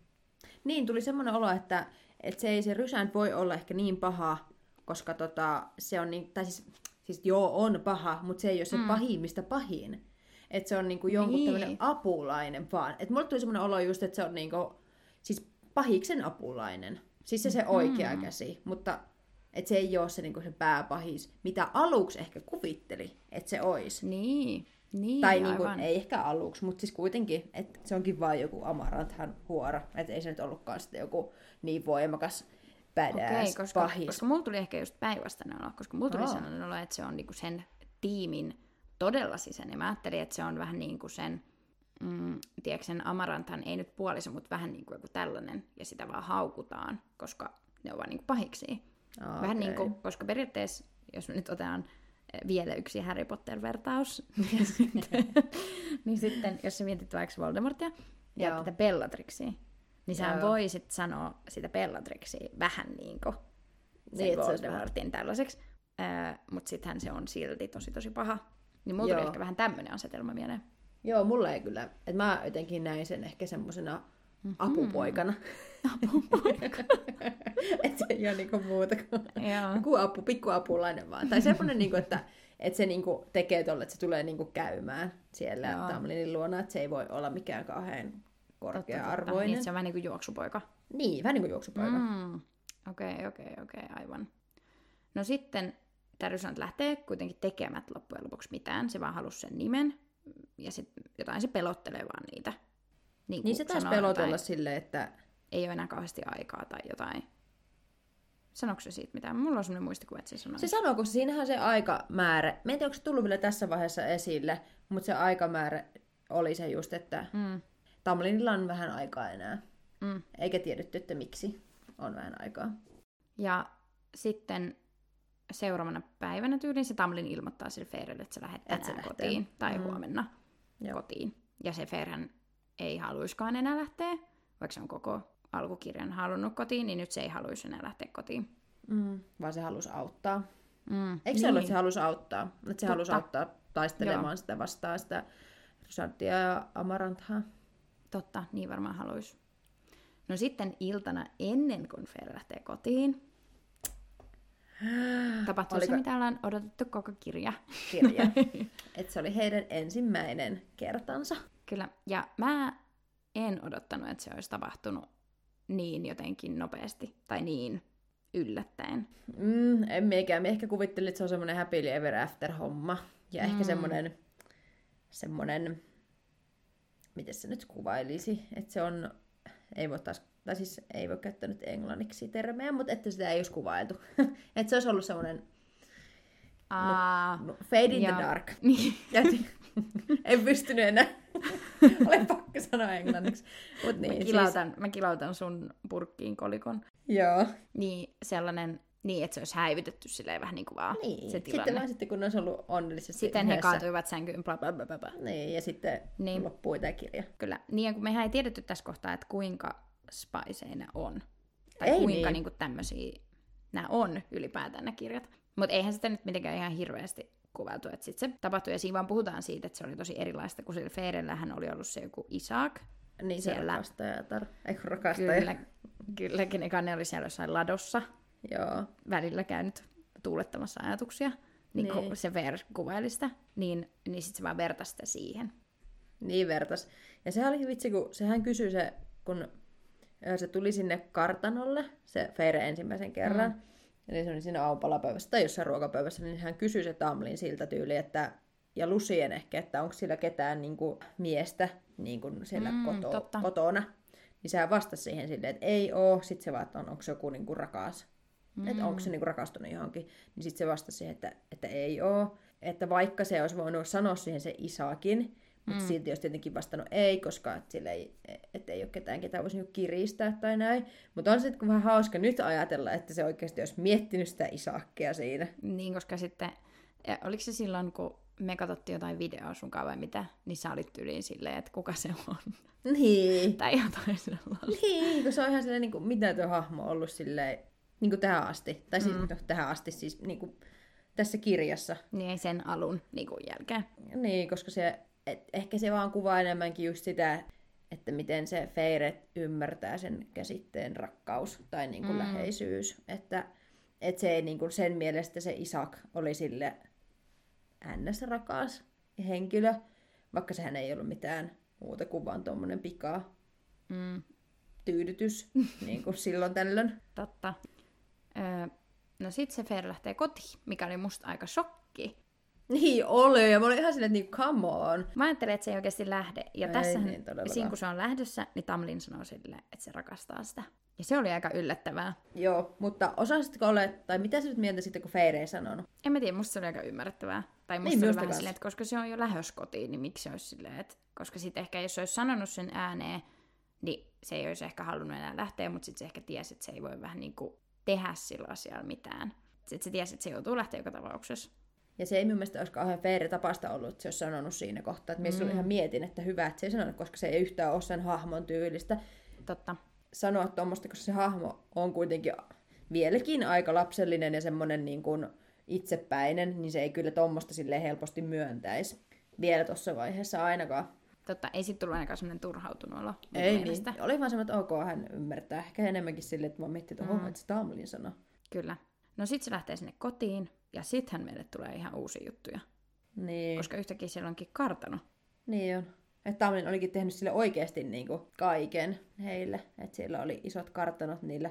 Niin, tuli semmoinen olo, että, että se ei se Rysand voi olla ehkä niin paha, koska tota, se on niin, tai siis, siis joo on paha, mutta se ei ole se mm. pahimmista pahin. Että se on niinku jonkun Niin. tämmöinen apulainen vaan. Että mulle tuli semmoinen olo just, että se on niinku, siis pahiksen apulainen. Siis se se oikea mm. käsi, mutta että se ei ole se, niinku se pääpahis, mitä aluksi ehkä kuvitteli, että se olisi. Niin, niin Tai niinku, aivan. ei ehkä aluksi, mutta siis kuitenkin, että se onkin vain joku Amaranthan huora. Että ei se nyt ollutkaan sitten joku niin voimakas badass Okei, koska, pahis. koska mulla tuli ehkä just päinvastainen olo, koska mulla tuli Aa. sellainen olo, että se on niinku sen tiimin todella sisäinen. Mä ajattelin, että se on vähän niin kuin sen, mm, tiedätkö, sen Amaranthan, ei nyt puoliso, mutta vähän niin kuin joku tällainen, ja sitä vaan haukutaan, koska ne on vaan niin kuin pahiksi. Aa, Vähän okei. niin kuin, koska periaatteessa, jos me nyt otetaan vielä yksi Harry Potter-vertaus, niin sitten, niin sitten jos sä mietit vaikka Voldemortia ja Joo. tätä Bellatrixia, niin sä Joo. voisit sanoa sitä Bellatrixia vähän niin kuin sen Niin, että se olisi Voldemortin tällaiseksi. äh, mutta sittenhän se on silti tosi tosi paha. Niin mulla Joo. tuli ehkä vähän tämmönen asetelma mieleen. Joo, mulla ei kyllä. Et mä jotenkin näin sen ehkä semmosena mm-hmm. apupoikana. Apupoikana. Et se ei ole niinku muuta kuin Joo. joku apu, pikku apulainen vaan. Tai semmonen, niinku, että et se niinku tekee tolle, että se tulee niinku käymään siellä Joo. Tamlinin luona. Että se ei voi olla mikään kauhean korkea-arvoinen. Totta, totta. Niin, se on vähän niin kuin juoksupoika. Niin, vähän niin kuin juoksupoika. Mm. Okei, okei, okei, aivan. No sitten Darusant lähtee kuitenkin tekemät loppujen lopuksi mitään. Se vaan halusi sen nimen. Ja sit jotain se pelottelee vaan niitä. Niin, Niin se taisi pelotella silleen, että ei ole enää kauheasti aikaa tai jotain. Sanoiko se siitä mitään? Mulla on sellainen muistikuva, että se sanoi. se sanoo, koska siinähän se aikamäärä, mä en tiedä, onko se tullut vielä tässä vaiheessa esille, mutta se aikamäärä oli se just, että Mm. Tamlinilla on vähän aikaa enää. Mm. Eikä tiedetty, että miksi on vähän aikaa. Ja sitten seuraavana päivänä tyyliin se Tamlin ilmoittaa sille Feirelle, että se lähdet Et se tänään lähtee. kotiin tai Mm. huomenna Joo. kotiin. Ja se Feirhän ei haluiskaan enää lähteä, vaikka se on koko alkukirjan halunnut kotiin, niin nyt se ei haluaisi enää lähteä kotiin. Mm. Vaan se halusi auttaa. Mm. Eikö se ollut, että se halusi auttaa? Että se Totta. halusi auttaa taistelemaan Joo. sitä vastaan, sitä Rysanttia ja Amaranthaa. Totta, niin varmaan haluaisi. No sitten iltana ennen kuin Feire lähtee kotiin, tapahtuu Oliko se, mitä ollaan odotettu koko kirja. kirja? Että se oli heidän ensimmäinen kertansa. Kyllä, ja mä en odottanut, että se olisi tapahtunut niin jotenkin nopeasti, tai niin yllättäen. Mm, en miekään. Me ehkä kuvittelin, että se on semmoinen happily ever after homma. Ja mm. ehkä semmoinen, semmoinen, miten se nyt kuvailisi, että se on, ei voi taas, tai siis ei voi käyttää nyt englanniksi termejä, mutta että sitä ei olisi kuvailtu. Että se olisi ollut semmoinen Aa, no, fade in joo. the dark. Niin. En pystynyt enää. Olen pakko sanoa englanniksi. Mut niin, mä, kilautan, siis... mä kilautan sun purkkiin kolikon. Joo. Niin sellainen, niin että se olisi häivytetty silleen vähän niin kuin vaan Niin. se tilanne. Sitten vaan sitten, kun ne olisi ollut onnellisesti Sitten he yhdessä. kaatuivat sänkyyn, bla bla bla bla. Niin, ja sitten Niin. loppui tämä kirja. Kyllä. Niin, ja kun mehän ei tiedetty tässä kohtaa, että kuinka spiceja ne on. Tai Ei kuinka niin. niin kuin tämmöisiä nämä on ylipäätään nämä kirjat. Mutta eihän sitä nyt mitenkään ihan hirveästi kuvailtu, että sitten se tapahtui. Ja siinä vaan puhutaan siitä, että se oli tosi erilaista, kun sillä Feirellähän oli ollut se joku Isaac. Niin se siellä. rakastajatar. Eikö rakastaja? Kyllä, kyllä kenen ne oli siellä jossain ladossa Joo. välillä käynyt tuulettamassa ajatuksia. Niin, Niin. kun se Feir kuvaili sitä, niin, niin sitten se vaan vertasi sitä siihen. Niin vertas. Ja sehän oli vitsi, kun sehän kysyi se, kun ö, se tuli sinne kartanolle, se Feire ensimmäisen kerran, mm. eli se oli siinä aamupalapöydässä tai jossain ruokapöydässä, niin hän kysyi se Tamlin siltä tyyli, että, ja Lucien ehkä, että onko sillä ketään niin kuin, miestä niin kuin siellä Mm, koto, totta. kotona. Niin sehän vastasi siihen silleen, että ei oo. Sitten se vaan, että on, onko se joku niin kuin, rakas. Mm. Että onko se niin kuin, rakastunut johonkin. Niin sitten se vastasi siihen, että, että ei oo. Että vaikka se olisi voinut sanoa siihen se Isaakin, mutta mm. silti olisi tietenkin vastannut ei, koska et sille ei, et ei ole ketään, ketä voisi niinku kiristää tai näin. Mutta on se sitten vähän hauska nyt ajatella, että se oikeasti olisi miettinyt sitä Isaakia siinä. Niin, koska sitten, ja oliko se silloin, kun me katsottiin jotain videoa sunkaan vai mitä, niin sä olit tyyliin silleen, että kuka se on. Niin. Tai jotain sellaista. Niin, kun se on ihan silleen, niin kuin, mitä tuo hahmo on ollut silleen, niin kuin tähän asti. Tai siis, mm. no, tähän asti siis niin kuin, tässä kirjassa. Niin ei sen alun niin kuin jälkeen. Niin, koska se, et, ehkä se vaan kuvaa enemmänkin just sitä, että miten se Feire ymmärtää sen käsitteen rakkaus tai niin kuin mm. läheisyys. Että et se ei niin kuin sen mielestä se Isaac oli sille ns. Rakas henkilö, vaikka sehän ei ollut mitään muuta kuin vaan tuommoinen pika Mm. tyydytys, niin kuin silloin tällöin. Totta. Öö, no sit se Feir lähtee kotiin, mikä oli musta aika shokki. Niin oli, ja mä olin ihan silleen, että niin, come on. Mä ajattelin, että se ei oikeasti lähde. Ja Ei tässähän, niin todellakaan. siinä kun se on lähdössä, niin Tamlin sanoo sille, että se rakastaa sitä. Ja se oli aika yllättävää. Joo, mutta osasitko ole, tai mitä sä nyt mieltä sitten, kun Feire ei sanonut? En mä tiedä, musta se oli aika ymmärrettävää. Tai musta Niin, se oli minusta vähän kans. silleen, että koska se on jo lähös kotiin, niin miksi se olisi silleen, että... Koska sitten ehkä, jos se olisi sanonut sen ääneen, niin se ei olisi ehkä halunnut enää lähteä, mutta sitten se ehkä tiesi, että se ei voi vähän niin kuin tehdä sillä asialla mitään. Sitten se tiesi, että se joutuu lähteä joka tapauksessa. Ja se ei mun mielestä olisi kauhean Feire tapasta ollut, että se olisi sanonut siinä kohtaa. Että mies mm. ihan mietin, että hyvä, että se ei sanonut, koska se ei yhtään ole sen hahmon tyylistä Totta. sanoa tuommoista, koska se hahmo on kuitenkin vieläkin aika lapsellinen ja semmoinen niin kuin itsepäinen, niin se ei kyllä tommoista silleen helposti myöntäisi. Vielä tuossa vaiheessa ainakaan. Totta, ei sit tullut ainakaan semmoinen turhautunut olo. Ei niin. Oli vaan semmoinen, että ok, hän ymmärtää. Ehkä enemmänkin silleen, että mä miettin, että mm. että se Tamlin sana. Kyllä. No sit se lähtee sinne kotiin, ja sittenhän meille tulee ihan uusia juttuja. Niin. Koska yhtäkkiä siellä onkin kartano. Niin on. Että Tamlin olikin tehnyt sille oikeasti niinku kaiken heille. Että siellä oli isot kartanot niillä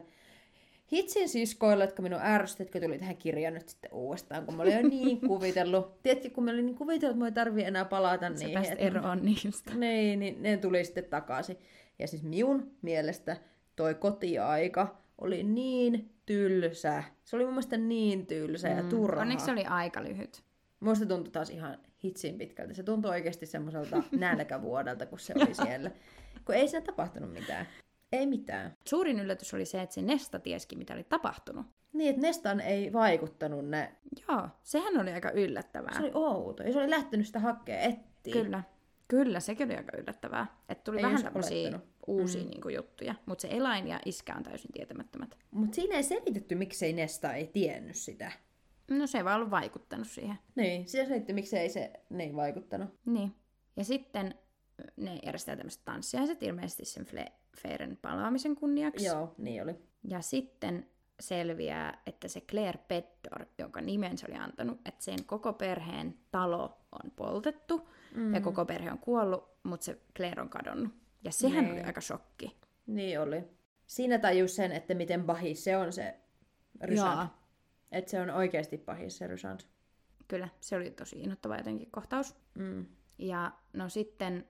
Hitsin siskoilla, jotka minun ärsytti, jotka tuli tähän kirjaan nyt sitten uudestaan, kun mä olin jo niin kuvitellut. Tiedätkö, kun mä olin niin kuvitellut, että mä ei tarvii enää palata niihin. Se päästä eroon niistä. Niin, niin ne tuli sitten takaisin. Ja siis minun mielestä toi kotiaika oli niin tylsä. Se oli mun mielestä niin tylsä mm. ja turha. Onneksi se oli aika lyhyt. Musta tuntui taas ihan hitsin pitkältä. Se tuntui oikeasti semmoiselta nälkävuodelta, kun se oli siellä. Kun ei siinä tapahtunut mitään. Ei mitään. Suurin yllätys oli se, että se Nesta tiesikin, mitä oli tapahtunut. Niin, että Nestaan ei vaikuttanut ne. Joo, sehän oli aika yllättävää. Se oli outo. Ja se oli lähtenyt sitä hakkeen etsiä. Kyllä. Kyllä, sekin oli aika yllättävää. Että tuli ei vähän tämmöisiä uusia mm. niin kuin, juttuja. Mutta se eläin ja iskä on täysin tietämättömät. Mutta siinä ei selitetty, miksei Nesta ei tiennyt sitä. No se ei vaan ollut vaikuttanut siihen. Niin, siinä selitetty, miksei se ne ei vaikuttanut. Niin. Ja sitten ne järjestää tämmöiset tanssiaiset ilmeisesti sen Fle- Feiren palaamisen kunniaksi. Joo, niin oli. Ja sitten selviää, että se Claire Peddor, jonka nimen se oli antanut, että sen koko perheen talo on poltettu mm. ja koko perhe on kuollut, mutta se Claire on kadonnut. Ja sehän niin. oli aika shokki. Niin oli. Siinä tajus sen, että miten pahis se on se Rysand. Että se on oikeasti pahis se Rysand. Kyllä, se oli tosi innoittava jotenkin kohtaus. Mm. Ja no sitten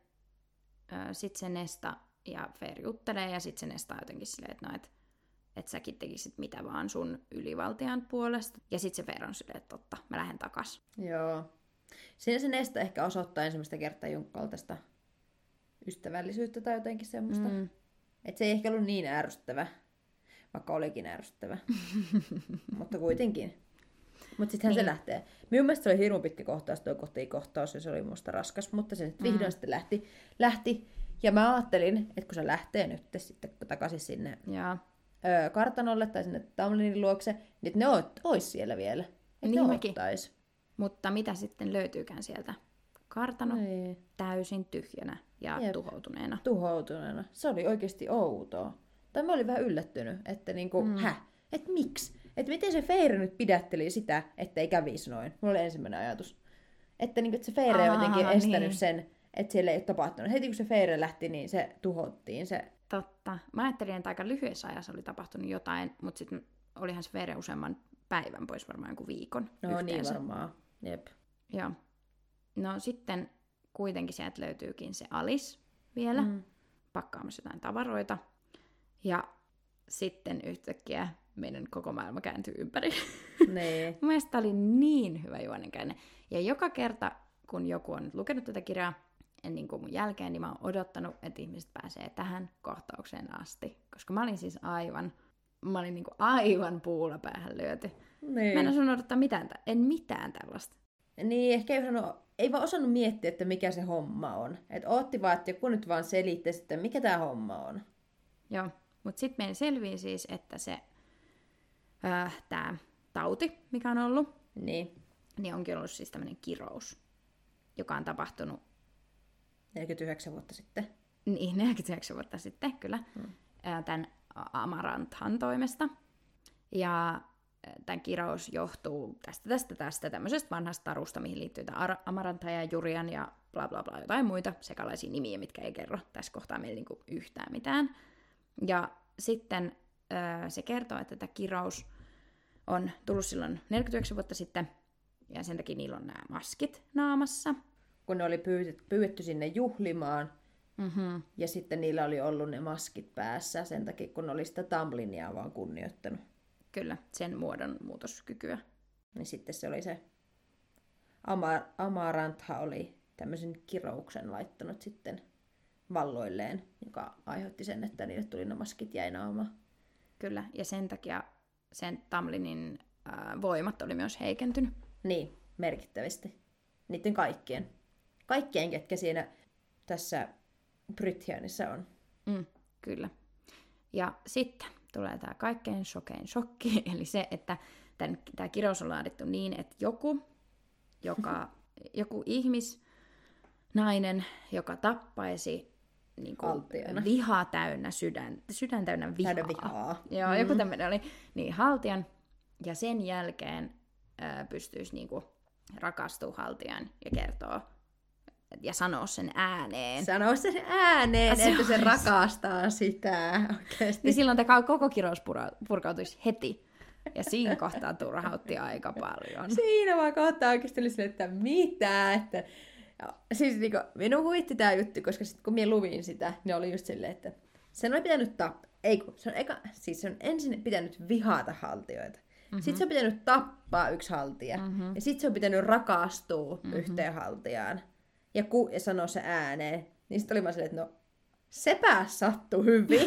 äh, sit se Nesta ja Feir juttelee, ja sitten se Nesta jotenkin silleen, että no, et, et säkin tekisit mitä vaan sun ylivaltian puolesta. Ja sitten se Feir on silleen, että totta, mä lähden takas. Joo. Siinä se Nesta ehkä osoittaa ensimmäistä kertaa jonkun kaltaista ystävällisyyttä tai jotenkin semmoista. Mm. Että se ei ehkä ollut niin ärsyttävä, vaikka olikin ärsyttävä. Mutta kuitenkin. Mutta sittenhän niin. se lähtee. Minun mielestä se oli hirveän pitkä kohtaus, tuo kotikohtaus, ja se oli musta raskas, mutta se sitten vihdoin mm. sitten lähti, lähti. Ja mä ajattelin, että kun se lähtee nyt sitten takaisin sinne ja. Ö, kartanolle tai sinne Tamlinin luokse, niin ne ois siellä vielä. Että niin ne ottais. Mutta mitä sitten löytyykään sieltä? Kartano Ei. täysin tyhjänä ja Jep. tuhoutuneena. Tuhoutuneena. Se oli oikeasti outoa. Tai mä olin vähän yllättynyt, että niinku, mm. hä? Että miksi? Että miten se Feire nyt pidätteli sitä, että ei kävisi noin? Mulla oli ensimmäinen ajatus. Että, niinku, että se Feire on jotenkin estänyt niin. sen, että siellä ei ole tapahtunut. Heti kun se Feire lähti, niin se tuhottiin. Se... Totta. Mä ajattelin, että aika lyhyessä ajassa oli tapahtunut jotain, mutta sitten olihan se Feire useamman päivän pois, varmaan jonkun viikon No yhteensä. niin varmaan. Jep. Joo. No sitten kuitenkin sieltä löytyykin se Alice vielä, mm. pakkaamassa jotain tavaroita. Ja sitten yhtäkkiä meidän koko maailma kääntyy ympäri. Nee. Mun mielestä oli niin hyvä juonenkäänne. Ja joka kerta, kun joku on nyt lukenut tätä kirjaa, niin kuin mun jälkeen, niin mä oon odottanut, että ihmiset pääsee tähän kohtaukseen asti. Koska mä olin siis aivan, mä olin niin kuin aivan puulla päähän lyöty. Nee. Mä en osannut odottaa mitään, en mitään tällaista. Niin, ehkä ei, osannut, ei vaan osannut miettiä, että mikä se homma on. Että ootti vaan, että joku nyt vaan selittäisi, että mikä tää homma on. Joo, mutta sitten meillä selvii siis, että se äh, tää tauti, mikä on ollut, niin. niin onkin ollut siis tämmöinen kirous, joka on tapahtunut neljäkymmentäyhdeksän vuotta sitten. Niin, neljäkymmentäyhdeksän vuotta sitten, kyllä. Hmm. Tämän Amaranthan toimesta. Ja tämän kirous johtuu tästä, tästä, tästä tämmöisestä vanhasta tarusta, mihin liittyy tämä Amarantha ja Jurian ja bla bla bla, jotain muita sekalaisia nimiä, mitkä ei kerro tässä kohtaa meille niinku yhtään mitään. Ja sitten öö, se kertoo, että tämä kirous on tullut silloin neljäkymmentäyhdeksän vuotta sitten, ja sen takia niillä on nämä maskit naamassa. Kun ne oli pyydetty, pyydetty sinne juhlimaan, mm-hmm. ja sitten niillä oli ollut ne maskit päässä sen takia, kun ne oli sitä Tamlinia vaan kunnioittanut. Kyllä, sen muodon muutoskykyä. Niin sitten se oli se Amar- Amarantha oli tämmöisen kirouksen laittanut sitten valloilleen, joka aiheutti sen, että niille tuli ne maskit jäi naamaan. Kyllä, ja sen takia sen Tamlinin äh, voimat oli myös heikentynyt. Niin, merkittävästi. Niiden kaikkien. Kaikkien, ketkä siinä tässä Brythianissa on. Mm, kyllä. Ja sitten tulee tämä kaikkein shokein shokki, eli se, että tämä kirous on laadittu niin, että joku, joka, joku ihmisnainen, joka tappaisi niin kuin vihaa täynnä sydän, sydän täynnä vihaa. Täynnä vihaa. Joo, mm-hmm. joku tämmöinen oli, niin haltijan, ja sen jälkeen ää, pystyisi niin kuin rakastua haltijan ja kertoo ja sanoa sen ääneen. Sanoa sen ääneen, se että se olisi. Rakastaa sitä oikeasti. Niin silloin tämä koko kirous purkautuisi heti. Ja siinä kohtaa turhautti aika paljon. Siinä vaan kohtaa oikeasti oli silleen, että mitä, että... Siis niinku, minun huitti tää juttu, koska sit kun minä luvin sitä, niin oli just silleen, että sen oli pitänyt tappaa. Ei kun, se on, eka, siis se on ensin pitänyt vihata haltioita. Mm-hmm. Sitten se on pitänyt tappaa yksi haltija. Mm-hmm. Ja sitten se on pitänyt rakastua mm-hmm. yhteen haltijaan. Ja, ku, ja sanoa se ääneen. Niin sitten oli vaan silleen, että no, sepä sattuu hyvin.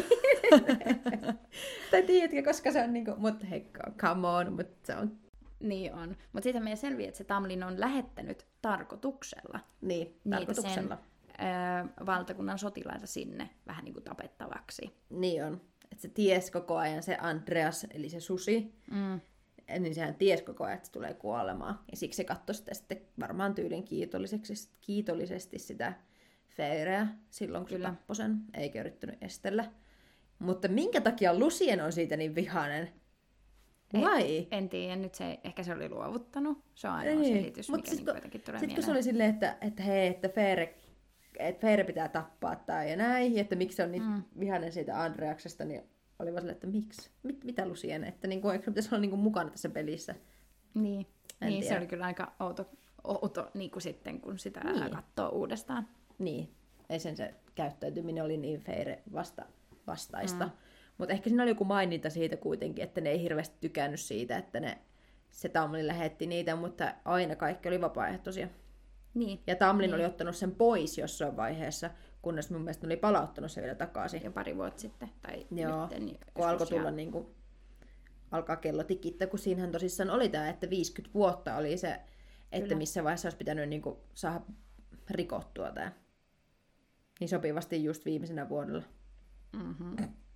Tai tiedätkö, koska se on niinku, mutta hei, come on, mutta se on... Niin on. Mutta siitä meidän selviää, että se Tamlin on lähettänyt tarkoituksella. Niin, tarkoituksella. Sen, ö, valtakunnan sotilaita sinne vähän niin kuin tapettavaksi. Niin on. Että se ties koko ajan, se Andreas, eli se susi, mm. niin sehän ties koko ajan, että se tulee kuolemaan. Ja siksi se katsoi sitä sitten varmaan tyylin kiitollisesti sitä Feyreä silloin, kun Kyllä. se tappoi sen, eikä yrittänyt estellä. Mutta minkä takia Lucien on siitä niin vihainen? Vai? En, en tiedä, nyt se, ehkä se oli luovuttanut. Se on ainoa ei. selitys, mikä niin kuitenkin tulee Sitten mieleen. kun se oli silleen, että, että hei, että Feyre, että Feyre pitää tappaa tai ja näin, että miksi se on niin mm. vihainen siitä Andreaksesta, niin oli vaan silleen, että miksi? Mit, mitä Lucien? Että niin kuin, eikö se pitäisi olla niin kuin mukana tässä pelissä? Niin, niin se oli kyllä aika outo, outo niin kuin sitten, kun sitä niin. katsoo uudestaan. Niin, ei sen se käyttäytyminen oli niin Feyre vasta, vastaista. Mm. Mutta ehkä siinä oli joku maininta siitä kuitenkin, että ne ei hirveästi tykännyt siitä, että ne, se Tamlin lähetti niitä, mutta aina kaikki oli vapaaehtoisia. Niin. Ja Tamlin niin. oli ottanut sen pois jossain vaiheessa, kunnes mun mielestä ne oli palauttanut sen vielä takaisin. Jo pari vuotta sitten. Tai Joo, nyt, kun alkoi tulla niin kuin, alkaa kello tikittää, kun siinähän tosissaan oli tämä, että viisikymmentä vuotta oli se, että Kyllä. missä vaiheessa olisi pitänyt niin kuin, saada rikottua tämä. Niin sopivasti just viimeisenä vuodella. Mhm.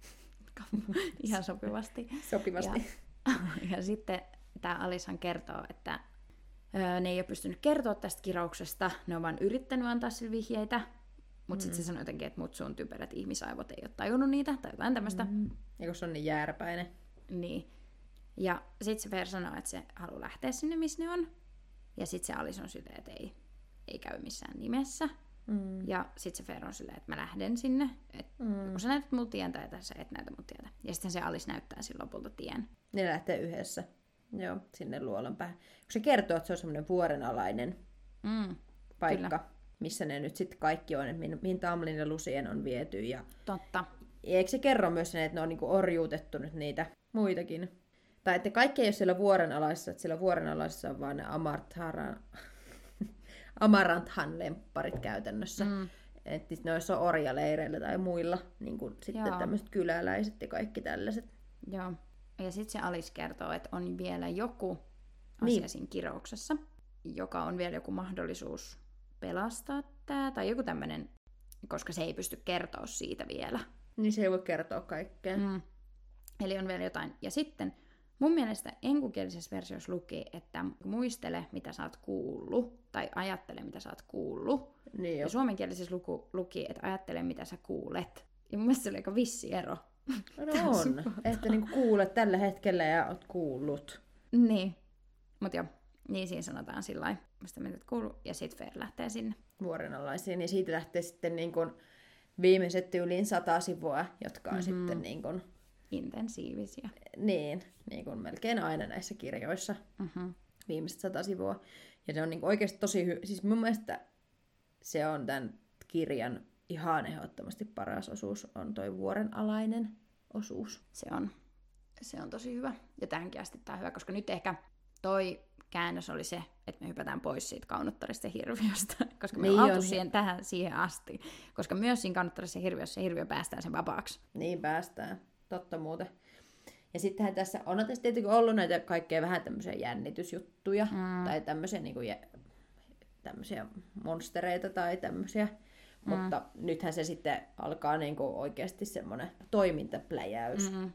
Ihan sopivasti. Sopivasti. Ja, ja sitten tämä Alishan kertoo, että ö, ne ei ole pystynyt kertoa tästä kirouksesta, ne on vaan yrittänyt antaa sille vihjeitä, mutta mm. sitten se sanoi jotenkin, että mut sun typerät ihmisaivot ei ole tajunnut niitä, tai jotain tämmöistä. Mm. Ja kun se on niin jääräpäinen. Niin. Ja sitten se Fer sanoo, että se haluaa lähteä sinne, missä ne on. Ja sitten se Alis on silleen, että ei, ei käy missään nimessä. Mm. Ja sitten se Fer on silleen, että mä lähden sinne. Että mm. kun sä näytät mut tien tai sä et näytä mut tietä. Ja sitten se Alis näyttää sille lopulta tien. Ne lähtee yhdessä. Joo, sinne luolan päähän. Kun se kertoo, että se on semmoinen vuorenalainen mm. paikka, Kyllä. missä ne nyt sitten kaikki on, että mihin, mihin Tamlin ja Lucien on viety. Ja... Totta. Ja eikö se kerro myös sen, että ne on niinku orjuutettu nyt niitä muitakin? Tai että kaikki ei ole siellä vuorenalaisessa, että siellä vuorenalaisessa on vaan ne Amartharan... Amaranthan lempparit käytännössä. Mm. Että ne olisi orjaleireillä tai muilla, niin kuin sitten tämmöiset kyläläiset ja kaikki tällaiset. Joo. Ja sitten se Alice kertoo, että on vielä joku asia niin. siinä kirouksessa, joka on vielä joku mahdollisuus pelastaa tämä, tai joku tämmöinen, koska se ei pysty kertoa siitä vielä. Niin se ei voi kertoa kaikkea. Mm. Eli on vielä jotain. Ja sitten mun mielestä enkukielisessä versiossa luki, että muistele, mitä sä oot kuullut, tai ajattele, mitä sä oot kuullut. Niin ja suomenkielisessä luku, luki, että ajattele, mitä sä kuulet. Ja mun mielestä se oli aika vissi ero. No on, että niinku kuulet tällä hetkellä ja oot kuullut. Niin, mutta joo, niin siinä sanotaan sillä lailla, mistä mitä kuuluu, ja sitten Fer lähtee sinne. Vuorenalaisiin, ja siitä lähtee sitten niin kun viimeiset tyyliin sata sivua, jotka on mm-hmm. sitten niin kun... intensiivisiä. Niin, niin kuin melkein aina näissä kirjoissa. Mm-hmm. Viimeiset sata sivua. Ja se on niin oikeasti tosi hyvä. Siis mun mielestä se on tämän kirjan ihan ehdottomasti paras osuus, on toi vuorenalainen osuus. Se on. Se on tosi hyvä. Ja tähänkin asti tää on hyvä, koska nyt ehkä toi käännös oli se, että me hypätään pois siitä kaunottarista hirviöstä, koska me niin oltu siihen, tähän siihen asti. Koska myös siinä kaunottarissa hirviössä se hirviö päästään sen vapaaksi. Niin päästään. Totta muuten. Ja sittenhän tässä on tässä tietenkin ollut näitä kaikkea vähän tämmöisiä jännitysjuttuja, mm. tai tämmöisiä, niin kuin, tämmöisiä monstereita tai tämmöisiä. Mm. Mutta nythän se sitten alkaa niin kuin oikeasti semmoinen toimintapläjäys. Mm.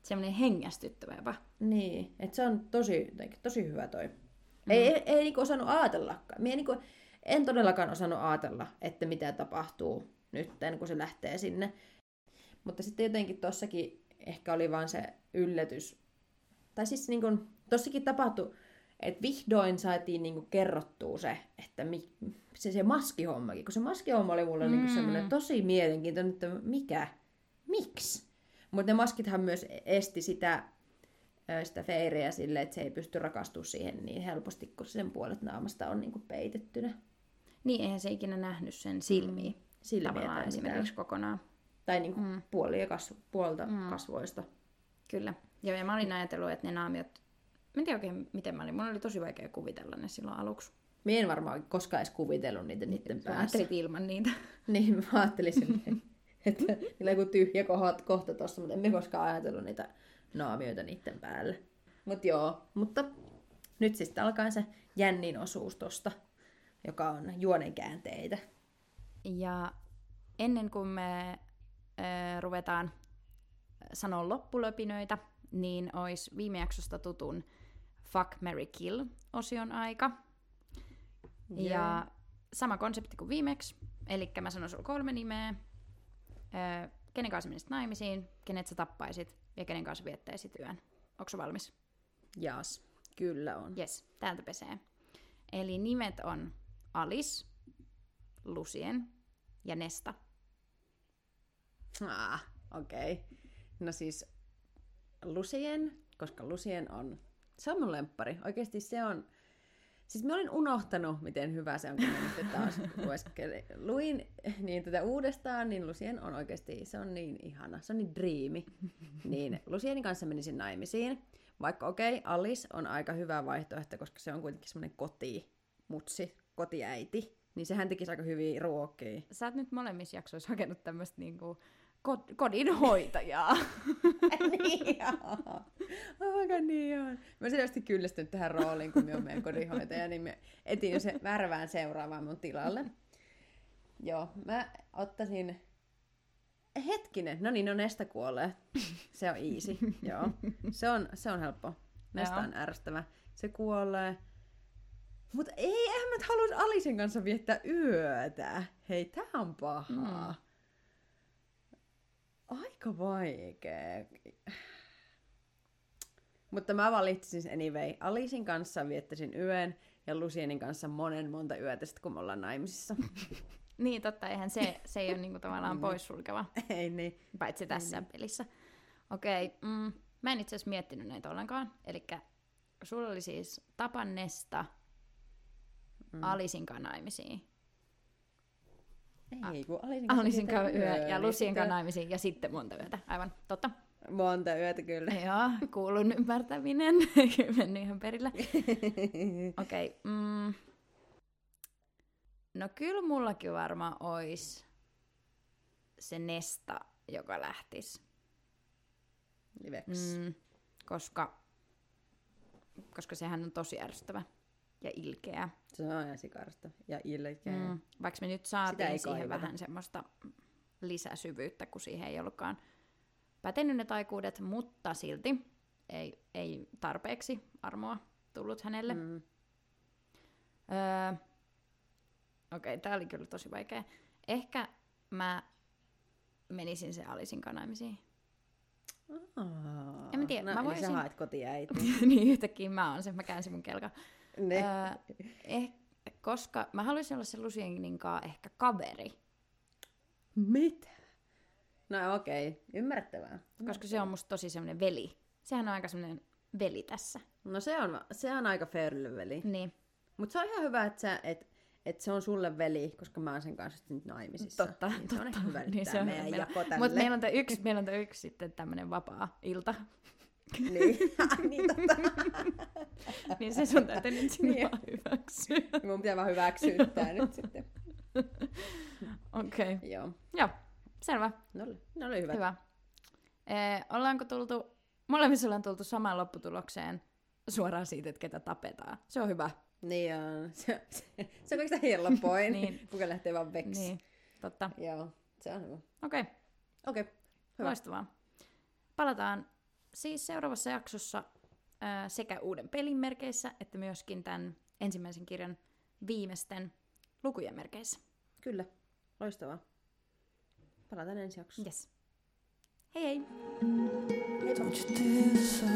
semmoinen hengästyttävä jopa. Niin, että se on tosi, tosi hyvä toi. Mm. Ei, ei, ei niinku osannut ajatellakaan. Mie niinku, en todellakaan osannut ajatella, että mitä tapahtuu nyt, kun se lähtee sinne. Mutta sitten jotenkin tossakin ehkä oli vaan se yllätys. Tai siis niinku, tossakin tapahtui, että vihdoin saatiin niinku kerrottua se, että mi, se, se maskihommakin. Kun se maskihomma oli mulle mm. niinku semmoinen tosi mielenkiintoinen, että mikä, miksi? Mutta ne maskithan myös esti sitä, sitä Feyreä silleen, että se ei pysty rakastumaan siihen niin helposti, kun sen puolet naamasta on niinku peitettynä. Niin, eihän se ikinä nähnyt sen silmiä. Mm. Silmiä tavallaan esimerkiksi mitään. Kokonaan. Tai niinku mm. puolia kasvo, puolta mm. kasvoista. Kyllä. Joo, ja mä olin ajatellut, että ne naamiot... Mä en tiedä oikein, miten mä olin. Mun oli tosi vaikea kuvitella ne silloin aluksi. Mä en varmaan koskaan edes kuvitellut niitä niiden päässä. Mä ajattelit ilman niitä. Niin, mä ajattelin silleen, että niillä on joku tyhjä kohta, kohta tossa, mutta en mä koskaan ajatellut niitä naamioita niiden päälle. Mut joo, mutta nyt siis alkaa se jännin osuus tosta, joka on juonenkäänteitä. Ja ennen kuin me äh, ruvetaan sanoa loppulöpinöitä, niin olisi viime jaksosta tutun Fuck, Marry, Kill-osion aika. Yeah. Ja sama konsepti kuin viimeksi, eli mä sanon sulle kolme nimeä, öö, kenen kanssa menisit naimisiin, kenet sä tappaisit ja kenen kanssa viettäisit yön. Onko sä valmis? Jas, kyllä on. Jes, täältä pesee. Eli nimet on Alice, Lucien ja Nesta. Ah, okei. Okay. No siis Lucien, koska Lucien on, se on mun lemppari. Oikeesti se on, siis mä olin unohtanut, miten hyvä se on, kun mä nyt taas luin niin tätä uudestaan, niin Lucien on oikeesti, se on niin ihana, se on niin dreami. Niin Lucienin kanssa menisin naimisiin, vaikka okei, okay, Alice on aika hyvä vaihtoehto, koska se on kuitenkin semmoinen kotimutsi, kotiäiti, niin sehän tekisi aika hyviä ruokia. Sä oot nyt molemmissa jaksoissa hakenut tämmöistä niinku kodinhoitajaa. Niin joo. Aika niin on. Mä selvästi kyllästynyt tähän rooliin, kun mä oon meidän kodinhoitaja, niin mä etin jo se värvään seuraavaan mun tilalle. Joo, mä ottaisin... Hetkinen, no niin, no Nesta kuolee. Se on easy, joo. Se on, se on helppo. Nesta on ärsyttävä. Se kuolee. Mutta ei, eihän mä halua Alicen kanssa viettää yötä. Hei, tää on pahaa. Mm. Aika vaikea. Mutta mä valitsin siis anyway. Alicen kanssa viettäisin yön ja Lucienin kanssa monen monta yötä sit, kun me ollaan naimisissa. Niin, totta. Eihän se, se ei ole niinku tavallaan poissulkeva. Ei niin. Paitsi tässä niin. Pelissä. Okei, okay, mm, mä en itse asiassa miettinyt näitä ollenkaan. Elikkä sulla oli siis Tapan Nesta, mm. Alicen kanssa naimisiin. Ei, kun Alicen kanssa yö ja Lucien kanssa naimisiin ja sitten monta yötä. Aivan, totta. Monta yötä kyllä. Joo, kuulun ymmärtäminen. Mennyt ihan perillä. Okei. Okay, mm. No kyllä mullakin varmaan olisi se Nesta, joka lähtisi. Liveksi. Mm, koska, koska sehän on tosi ärsyttävä ja ilkeä. Se on ihan sikarista ja ilkeä. Mm, vaikka me nyt saatiin siihen kaivata. Vähän semmoista lisäsyvyyttä, kun siihen ei ollutkaan pätenyt ne taikuudet, mutta silti ei, ei tarpeeksi armoa tullut hänelle. Mm. Öö, Okei, okay, tää oli kyllä tosi vaikea. Ehkä mä menisin se Alicen kanssa naimisiin. Aa, en mä tiedä. No, mä voisin... Niin sä haet kotiäiti. Niin yhtäkkiä mä oon se, mä käänsin mun kelka. Ne. Öö, eh, koska mä haluaisin olla se Lucienin kanssa ehkä kaveri. Mitä? No okei, okay. Ymmärrettävää. Koska se on musta tosi semmoinen veli. Sehän on aika semmoinen veli tässä. No se on, se on aika fairly veli. Niin. Mutta se on ihan hyvä, että sä, et, et se on sulle veli, koska mä oon sen kanssa nyt naimisissa. Totta, niin totta. Se on ihan hyvä, niin se on meidän meillä... jako tälle. Mutta meillä on tämä yksi, meillä on yksi sitten tämmöinen vapaa-ilta. Niin, niin totta. Niin se sun täytyy nyt sinne niin. Vaan hyväksyä. Mun pitää vaan hyväksyä tää nyt sitten. Okei. Okay. Joo. Joo, selvä. Ne oli, ne oli hyvät. Hyvä. Eh, ollaanko tultu, molemmissa ollaan tultu samaan lopputulokseen suoraan siitä, että ketä tapetaan. Se on hyvä. Niin on. Se, se, se on kaikista helpoin. Niin. Kuka lähtee vaan veksi. Niin, totta. Joo, se on hyvä. Okei. Okay. Okei, okay, hyvä. Loistavaa. Palataan siis seuraavassa jaksossa ää, sekä uuden pelin merkeissä, että myöskin tämän ensimmäisen kirjan viimeisten lukujen merkeissä. Kyllä, loistavaa. Palataan ensi jaksossa. Yes. Hei hei! Hei.